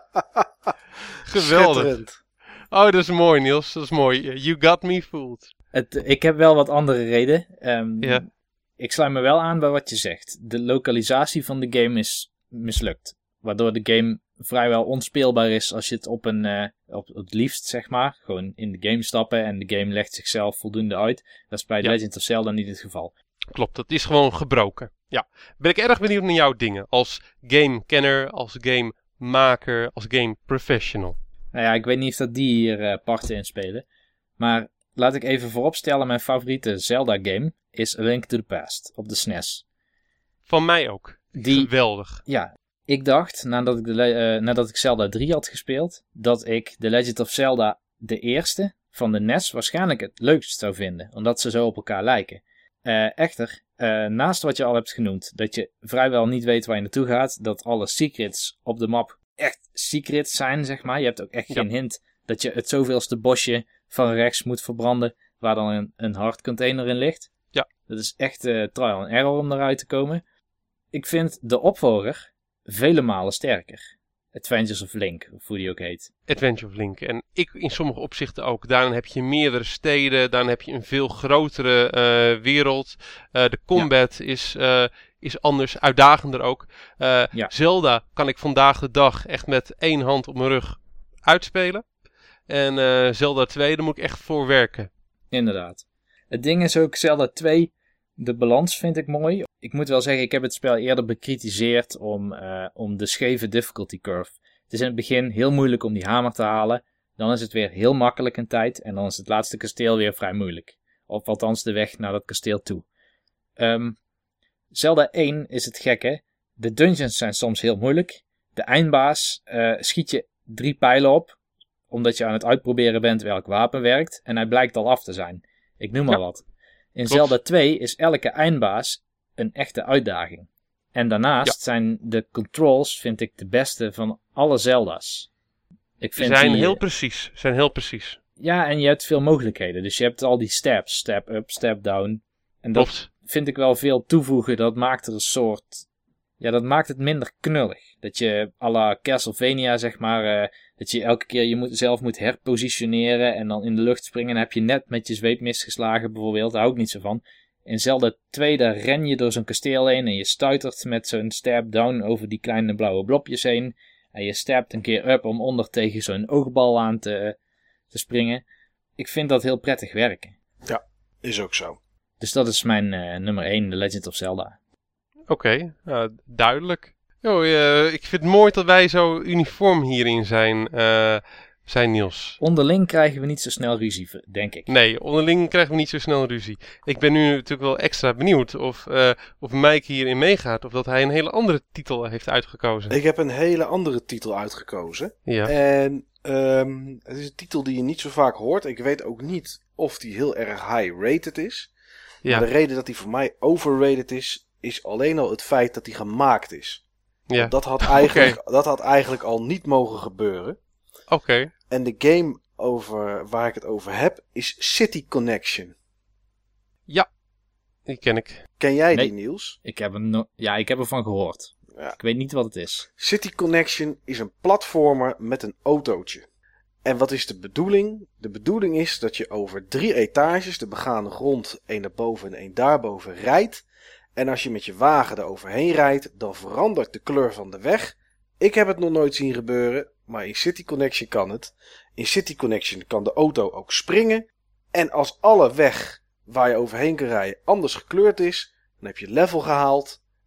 Geweldig. Schitterend. Oh, dat is mooi, Niels. Dat is mooi. You got me fooled. Ik heb wel wat andere reden. Ja. Ik sluit me wel aan bij wat je zegt. De lokalisatie van de game is mislukt. Waardoor de game vrijwel onspeelbaar is als je het op het liefst, zeg maar, gewoon in de game stappen en de game legt zichzelf voldoende uit. Dat is bij The Legend of Zelda niet het geval. Klopt, dat is gewoon gebroken. Ja. Ben ik erg benieuwd naar jouw dingen. Als gamekenner, als gamemaker, als game professional. Nou ja, ik weet niet of dat die hier parten in spelen. Maar laat ik even vooropstellen, mijn favoriete Zelda game is A Link to the Past op de SNES. Van mij ook. Geweldig. Ja, ik dacht, nadat ik Zelda 3 had gespeeld, dat ik The Legend of Zelda de eerste van de NES waarschijnlijk het leukst zou vinden. Omdat ze zo op elkaar lijken. Echter, naast wat je al hebt genoemd, dat je vrijwel niet weet waar je naartoe gaat, dat alle secrets op de map echt secrets zijn, zeg maar. Je hebt ook echt geen hint dat je het zoveelste bosje van rechts moet verbranden, waar dan een hard container in ligt. Ja. Dat is echt trial and error om eruit te komen. Ik vind de opvolger vele malen sterker. Adventures of Link, of hoe die ook heet. Adventure of Link. En ik in sommige opzichten ook. Daarin heb je meerdere steden. Daarin heb je een veel grotere wereld. De combat is anders, uitdagender ook. Zelda kan ik vandaag de dag echt met één hand op mijn rug uitspelen. En Zelda 2, daar moet ik echt voor werken. Inderdaad. Het ding is ook, Zelda 2, de balans vind ik mooi. Ik moet wel zeggen, ik heb het spel eerder bekritiseerd om de scheve difficulty curve. Het is in het begin heel moeilijk om die hamer te halen. Dan is het weer heel makkelijk een tijd. En dan is het laatste kasteel weer vrij moeilijk. Of althans de weg naar dat kasteel toe. Zelda 1 is het gekke. De dungeons zijn soms heel moeilijk. De eindbaas schiet je 3 pijlen op. Omdat je aan het uitproberen bent welk wapen werkt. En hij blijkt al af te zijn. Ik noem maar wat. In Zelda 2 is elke eindbaas een echte uitdaging. En daarnaast zijn de controls, vind ik, de beste van alle Zelda's. Ze zijn heel precies. Ja, en je hebt veel mogelijkheden. Dus je hebt al die steps. Step up, step down. En dat vind ik wel veel toevoegen. Dat maakt er een soort... Ja, dat maakt het minder knullig. Dat je à la Castlevania, zeg maar... dat je elke keer jezelf moet herpositioneren en dan in de lucht springen. En dan heb je net met je zweep misgeslagen bijvoorbeeld. Daar hou ik niet zo van. In Zelda 2, daar ren je door zo'n kasteel heen en je stuitert met zo'n step down over die kleine blauwe blopjes heen. En je stapt een keer up om onder tegen zo'n oogbal aan te springen. Ik vind dat heel prettig werken. Ja, is ook zo. Dus dat is mijn nummer 1, The Legend of Zelda. Oké, duidelijk. Ik vind het mooi dat wij zo uniform hierin zijn, Niels. Onderling krijgen we niet zo snel ruzie, denk ik. Nee, onderling krijgen we niet zo snel ruzie. Ik ben nu natuurlijk wel extra benieuwd of Mike hierin meegaat. Of dat hij een hele andere titel heeft uitgekozen. Ik heb een hele andere titel uitgekozen. Ja. En het is een titel die je niet zo vaak hoort. Ik weet ook niet of die heel erg high-rated is. Ja. Maar de reden dat die voor mij overrated is alleen al het feit dat die gemaakt is. Ja. Dat had eigenlijk al niet mogen gebeuren. Oké. En de game waar ik het over heb is City Connection. Ja, die ken ik. Ken jij die, Niels? Ik heb ervan gehoord. Ja. Ik weet niet wat het is. City Connection is een platformer met een autootje. En wat is de bedoeling? De bedoeling is dat je over 3 etages, de begane grond, 1 daarboven en 1 daarboven, rijdt. En als je met je wagen eroverheen rijdt, dan verandert de kleur van de weg. Ik heb het nog nooit zien gebeuren, maar in City Connection kan het. In City Connection kan de auto ook springen. En als alle weg waar je overheen kan rijden anders gekleurd is, dan heb je level gehaald.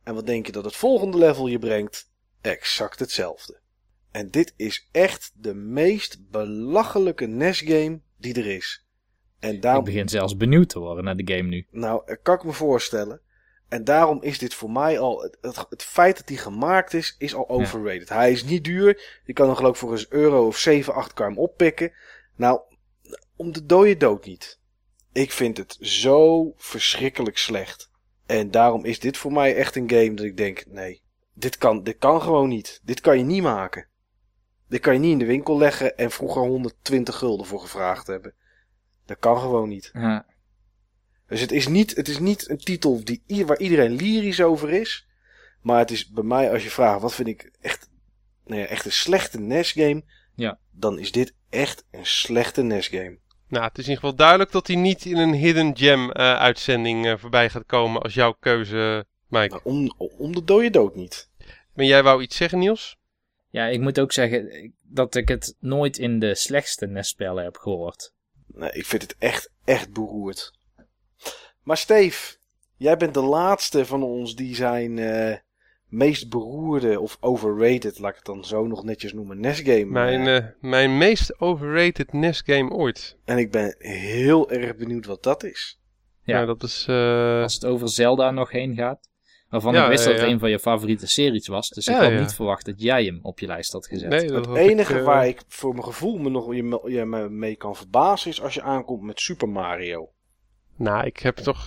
En wat denk je dat het volgende level je brengt? Exact hetzelfde. En dit is echt de meest belachelijke NES-game die er is. En daarom... Ik begin zelfs benieuwd te worden naar de game nu. Nou, dat kan ik me voorstellen. En daarom is dit voor mij al... Het feit dat hij gemaakt is al overrated. Ja. Hij is niet duur. Je kan hem geloof ik voor eens euro of 7, 8 kan je hem oppikken. Nou, om de dode dood niet. Ik vind het zo verschrikkelijk slecht. En daarom is dit voor mij echt een game dat ik denk... Nee, dit kan gewoon niet. Dit kan je niet maken. Dit kan je niet in de winkel leggen en vroeger 120 gulden voor gevraagd hebben. Dat kan gewoon niet. Ja. Dus het is niet een titel waar iedereen lyrisch over is. Maar het is bij mij, als je vraagt, wat vind ik echt een slechte NES-game. Ja. Dan is dit echt een slechte NES-game. Nou, het is in ieder geval duidelijk dat hij niet in een Hidden Gem uitzending voorbij gaat komen als jouw keuze, Mike. Nou, om de dode dood niet. Maar jij wou iets zeggen, Niels? Ja, ik moet ook zeggen dat ik het nooit in de slechtste NES-spellen heb gehoord. Nee, ik vind het echt beroerd. Maar Steve, jij bent de laatste van ons die zijn meest beroerde of overrated, laat ik het dan zo nog netjes noemen, NES-game. Mijn meest overrated NES-game ooit. En ik ben heel erg benieuwd wat dat is. Ja, nou, dat is... Als het over Zelda nog heen gaat. Waarvan ik wist dat het een van je favoriete series was. Dus ik had niet verwacht dat jij hem op je lijst had gezet. Nee, het enige waar ik voor mijn gevoel je me mee kan verbazen is als je aankomt met Super Mario. Nou, ik heb toch...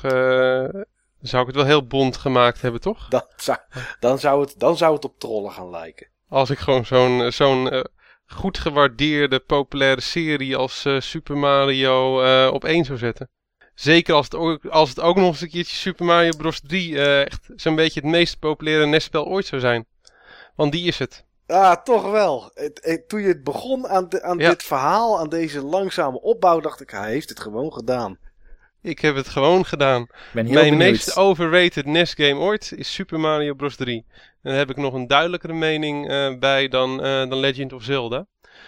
zou ik het wel heel bont gemaakt hebben, toch? Dan zou het op trollen gaan lijken. Als ik gewoon zo'n goed gewaardeerde, populaire serie als Super Mario op 1 zou zetten. Zeker als het ook nog eens een keertje Super Mario Bros. 3 echt zo'n beetje het meest populaire NES-spel ooit zou zijn. Want die is het. Ah, toch wel. Toen je het begon aan dit verhaal, aan deze langzame opbouw, dacht ik, hij heeft het gewoon gedaan. Ik heb het gewoon gedaan. Mijn meest overrated NES-game ooit is Super Mario Bros. 3. En daar heb ik nog een duidelijkere mening bij dan Legend of Zelda.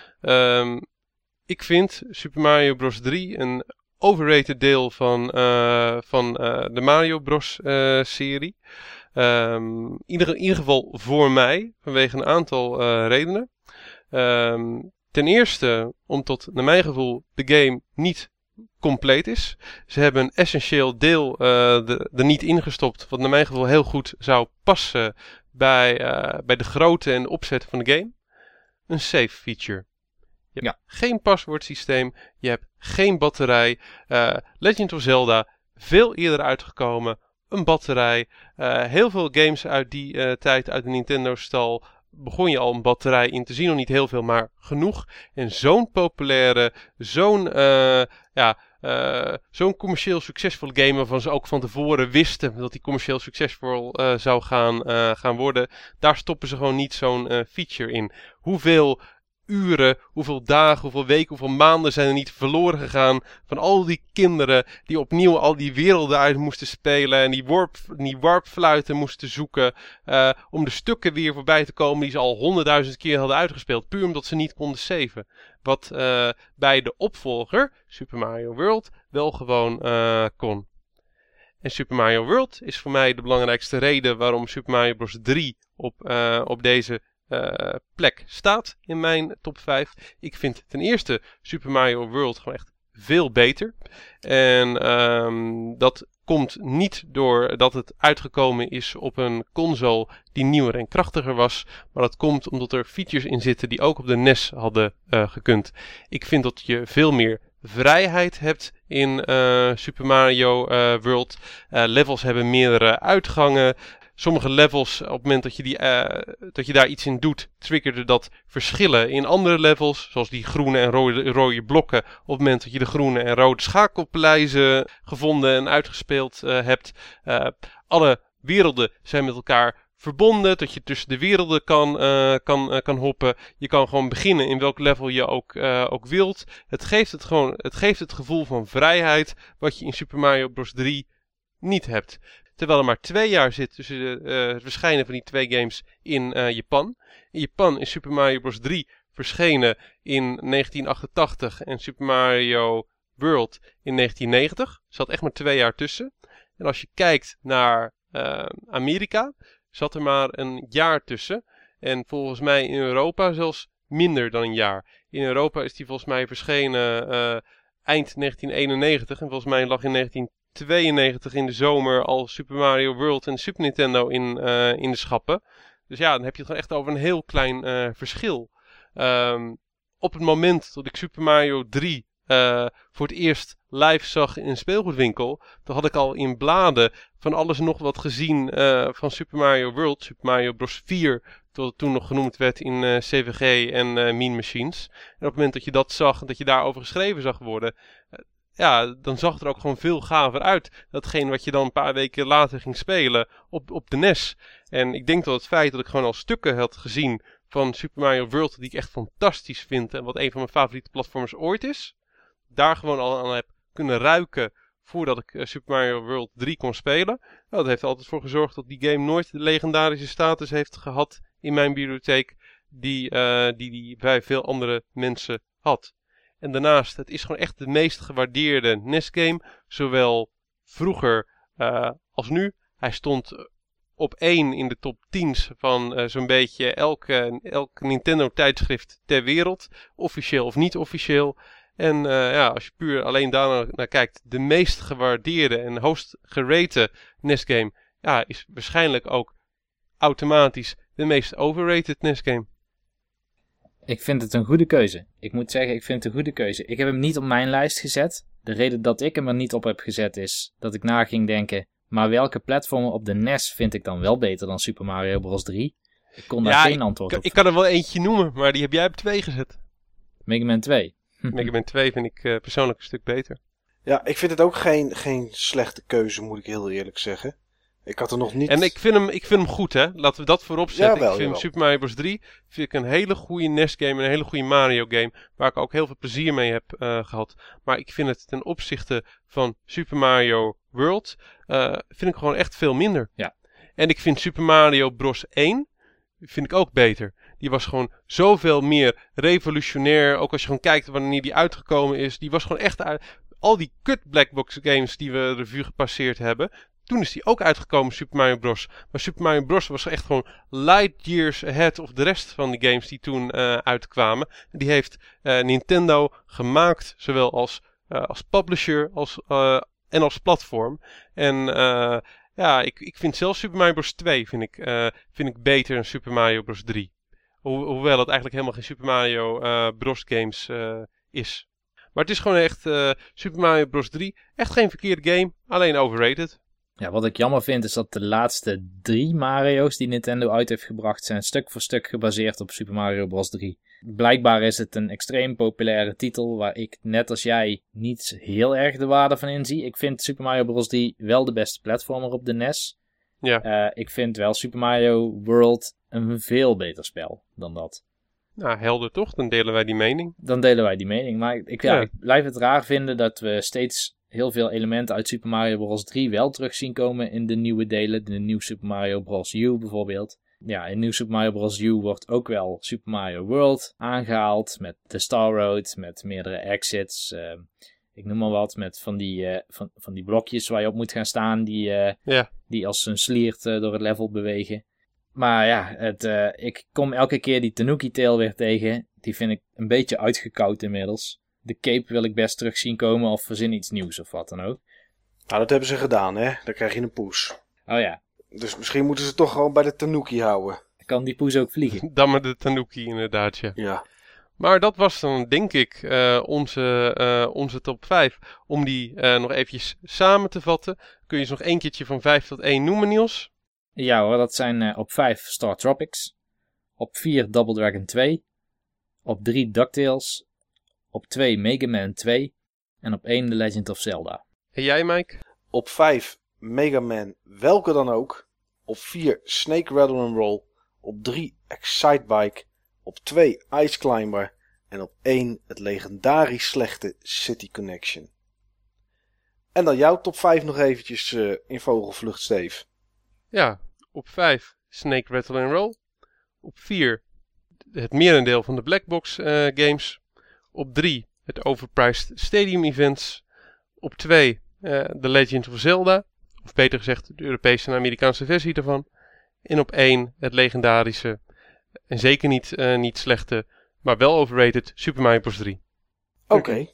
Ik vind Super Mario Bros. 3 een overrated deel van de Mario Bros. Serie. In ieder geval voor mij, vanwege een aantal redenen. Ten eerste, omdat naar mijn gevoel de game niet compleet is. Ze hebben een essentieel deel er niet ingestopt, wat naar mijn gevoel heel goed zou passen bij de grootte en de opzet van de game. Een save feature. Je hebt geen paswoordsysteem, je hebt geen batterij. Legend of Zelda, veel eerder uitgekomen, een batterij. Heel veel games uit die tijd uit de Nintendo-stal begon je al een batterij in te zien. Nog niet heel veel, maar genoeg. En zo'n populaire, zo'n commercieel succesvolle game waarvan ze ook van tevoren wisten dat die commercieel succesvol zou gaan worden. Daar stoppen ze gewoon niet zo'n feature in. Hoeveel uren, hoeveel dagen, hoeveel weken, hoeveel maanden zijn er niet verloren gegaan van al die kinderen die opnieuw al die werelden uit moesten spelen en die warpfluiten moesten zoeken om de stukken weer voorbij te komen die ze al 100.000 keer hadden uitgespeeld, puur omdat ze niet konden saven. Wat bij de opvolger, Super Mario World, wel gewoon kon. En Super Mario World is voor mij de belangrijkste reden waarom Super Mario Bros. 3 op deze plek staat in mijn top 5. Ik vind ten eerste Super Mario World gewoon echt veel beter. En dat komt niet doordat het uitgekomen is op een console die nieuwer en krachtiger was. Maar dat komt omdat er features in zitten die ook op de NES hadden gekund. Ik vind dat je veel meer vrijheid hebt in Super Mario World. Levels hebben meerdere uitgangen. Sommige levels, op het moment dat je daar iets in doet, triggerde dat verschillen in andere levels. Zoals die groene en rode blokken. Op het moment dat je de groene en rode schakelpaleizen gevonden en uitgespeeld hebt. Alle werelden zijn met elkaar verbonden. Dat je tussen de werelden kan hoppen. Je kan gewoon beginnen in welk level je ook wilt. Het geeft het gevoel van vrijheid wat je in Super Mario Bros. 3 niet hebt. Terwijl er maar 2 jaar zit tussen het verschijnen van die 2 games in Japan. In Japan is Super Mario Bros. 3 verschenen in 1988 en Super Mario World in 1990. Er zat echt maar 2 jaar tussen. En als je kijkt naar Amerika, zat er maar een jaar tussen. En volgens mij in Europa zelfs minder dan een jaar. In Europa is die volgens mij verschenen eind 1991. En volgens mij lag in 1992 in de zomer al Super Mario World en Super Nintendo in de schappen. Dus ja, dan heb je het gewoon echt over een heel klein verschil. Op het moment dat ik Super Mario 3 voor het eerst live zag in een speelgoedwinkel, toen had ik al in bladen van alles en nog wat gezien van Super Mario World, Super Mario Bros. 4, tot het toen nog genoemd werd in CVG en Mean Machines. En op het moment dat je dat zag, dat je daarover geschreven zag worden, dan zag het er ook gewoon veel gaver uit. Datgene wat je dan een paar weken later ging spelen op de NES. En ik denk dat het feit dat ik gewoon al stukken had gezien van Super Mario World, die ik echt fantastisch vind en wat een van mijn favoriete platformers ooit is, daar gewoon al aan heb kunnen ruiken voordat ik Super Mario World 3 kon spelen. Nou, dat heeft er altijd voor gezorgd dat die game nooit de legendarische status heeft gehad in mijn bibliotheek die bij veel andere mensen had. En daarnaast, het is gewoon echt de meest gewaardeerde NES-game, zowel vroeger als nu. Hij stond op 1 in de top 10's van zo'n beetje elk Nintendo-tijdschrift ter wereld, officieel of niet officieel. En als je puur alleen daar naar kijkt, de meest gewaardeerde en hoogst gerate NES-game, is waarschijnlijk ook automatisch de meest overrated NES-game. Ik vind het een goede keuze. Ik moet zeggen, ik vind het een goede keuze. Ik heb hem niet op mijn lijst gezet. De reden dat ik hem er niet op heb gezet is dat ik na ging denken, maar welke platformen op de NES vind ik dan wel beter dan Super Mario Bros. 3? Ik kon daar geen antwoord op. Ik kan er wel eentje noemen, maar die heb jij op 2 gezet. Mega Man 2. Mega Man 2 vind ik persoonlijk een stuk beter. Ja, ik vind het ook geen slechte keuze, moet ik heel eerlijk zeggen. Ik had er nog niet... En ik vind hem goed, hè. Laten we dat voorop zetten. Jawel, ik vind Super Mario Bros. 3 vind ik een hele goede NES-game en een hele goede Mario-game, waar ik ook heel veel plezier mee heb gehad. Maar ik vind het ten opzichte van Super Mario World, vind ik gewoon echt veel minder. Ja. En ik vind Super Mario Bros. 1 vind ik ook beter. Die was gewoon zoveel meer revolutionair. Ook als je gewoon kijkt wanneer die uitgekomen is. Die was gewoon echt al die kut Blackbox games die we revue gepasseerd hebben. Toen is die ook uitgekomen, Super Mario Bros. Maar Super Mario Bros. Was echt gewoon light years ahead of de rest van die games die toen uitkwamen. Die heeft Nintendo gemaakt, zowel als publisher en als platform. En ik vind zelfs Super Mario Bros. 2 vind ik beter dan Super Mario Bros. 3. Hoewel het eigenlijk helemaal geen Super Mario Bros. Games is. Maar het is gewoon echt Super Mario Bros. 3. Echt geen verkeerde game, alleen overrated. Ja, wat ik jammer vind is dat de laatste 3 Mario's die Nintendo uit heeft gebracht zijn stuk voor stuk gebaseerd op Super Mario Bros. 3. Blijkbaar is het een extreem populaire titel waar ik, net als jij, niet heel erg de waarde van inzie. Ik vind Super Mario Bros. 3 wel de beste platformer op de NES. Ja. Ik vind wel Super Mario World een veel beter spel dan dat. Nou, helder toch? Dan delen wij die mening. Maar ik blijf het raar vinden dat we steeds heel veel elementen uit Super Mario Bros. 3 wel terug zien komen in de nieuwe delen. De nieuwe Super Mario Bros. U bijvoorbeeld. Ja, in nieuw Super Mario Bros. U wordt ook wel Super Mario World aangehaald. Met de Star Road, met meerdere exits. Ik noem maar wat, met van die blokjes waar je op moet gaan staan. Die als een sliert door het level bewegen. Maar ja, ik kom elke keer die Tanuki Tail weer tegen. Die vind ik een beetje uitgekoud inmiddels. De cape wil ik best terug zien komen of verzin iets nieuws of wat dan ook. Nou, dat hebben ze gedaan, hè. Dan krijg je een poes. Oh ja. Dus misschien moeten ze toch gewoon bij de Tanuki houden. Kan die poes ook vliegen? Dan met de Tanuki inderdaad, ja. Maar dat was dan denk ik onze top 5. Om die nog eventjes samen te vatten. Kun je ze nog een keertje van 5 tot 1 noemen, Niels? Ja hoor, dat zijn op 5 Star Tropics. Op 4 Double Dragon 2. Op 3 DuckTales. Op 2 Mega Man 2. En op 1 The Legend of Zelda. En jij, Mike? Op 5 Mega Man, welke dan ook. Op 4 Snake Rattle and Roll. Op 3 Excitebike. Op 2 Ice Climber. En op 1 het legendarisch slechte City Connection. En dan jouw top 5 nog eventjes in vogelvlucht, Steve. Ja, op 5 Snake Rattle and Roll. Op 4 het merendeel van de Blackbox games. Op 3 het overpriced Stadium Events. Op 2 The Legend of Zelda. Of beter gezegd de Europese en Amerikaanse versie daarvan. En op 1 het legendarische, en zeker niet slechte, maar wel overrated Super Mario Bros. 3. Oké.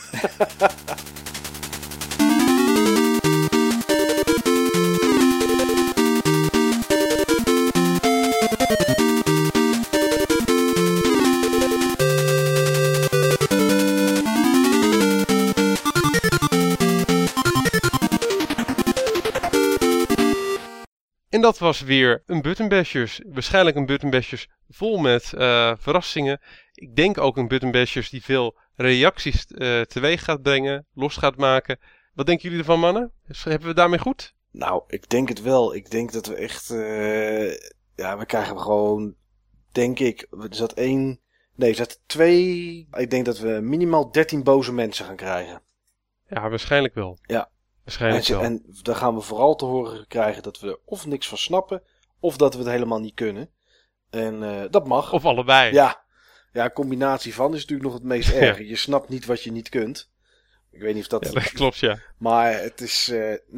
En dat was weer een Button Bashers. Waarschijnlijk een Button Bashers vol met verrassingen. Ik denk ook een Button Bashers die veel reacties teweeg gaat brengen, los gaat maken. Wat denken jullie ervan, mannen? Hebben we daarmee goed? Nou, ik denk het wel. Ik denk dat we echt... we krijgen gewoon... Denk ik... Er zat 2... Ik denk dat we minimaal 13 boze mensen gaan krijgen. Ja, waarschijnlijk wel. Ja. Waarschijnlijk wel. En dan gaan we vooral te horen krijgen dat we er of niks van snappen, of dat we het helemaal niet kunnen. En dat mag. Of allebei. Ja, een combinatie van is natuurlijk nog het meest erg. Je snapt niet wat je niet kunt. Ik weet niet of dat... Ja, dat klopt, ja. Maar het is...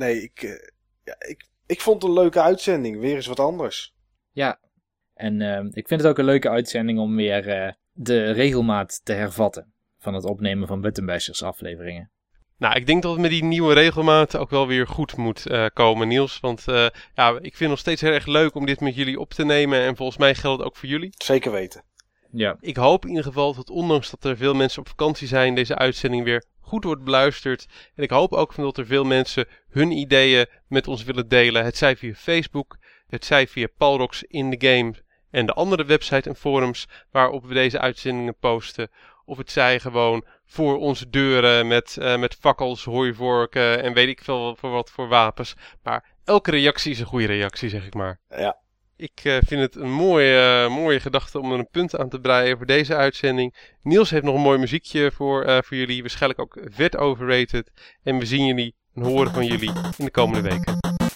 Ik vond het een leuke uitzending. Weer eens wat anders. Ja, en ik vind het ook een leuke uitzending om weer de regelmaat te hervatten van het opnemen van Button Bashers afleveringen. Nou, ik denk dat het met die nieuwe regelmaat ook wel weer goed moet komen, Niels. Want ik vind het nog steeds heel erg leuk om dit met jullie op te nemen. En volgens mij geldt het ook voor jullie. Zeker weten. Ja. Ik hoop in ieder geval dat ondanks dat er veel mensen op vakantie zijn, deze uitzending weer goed wordt beluisterd. En ik hoop ook dat er veel mensen hun ideeën met ons willen delen. Het zij via Facebook, het zij via Palrox in the Game en de andere websites en forums waarop we deze uitzendingen posten. Of het zij gewoon voor onze deuren met fakkels, hooivorken en weet ik veel voor wat voor wapens. Maar elke reactie is een goede reactie, zeg ik maar. Ja. Ik vind het een mooie gedachte om er een punt aan te breien voor deze uitzending. Niels heeft nog een mooi muziekje voor jullie. Waarschijnlijk ook vet overrated. En we zien jullie en horen van jullie in de komende weken.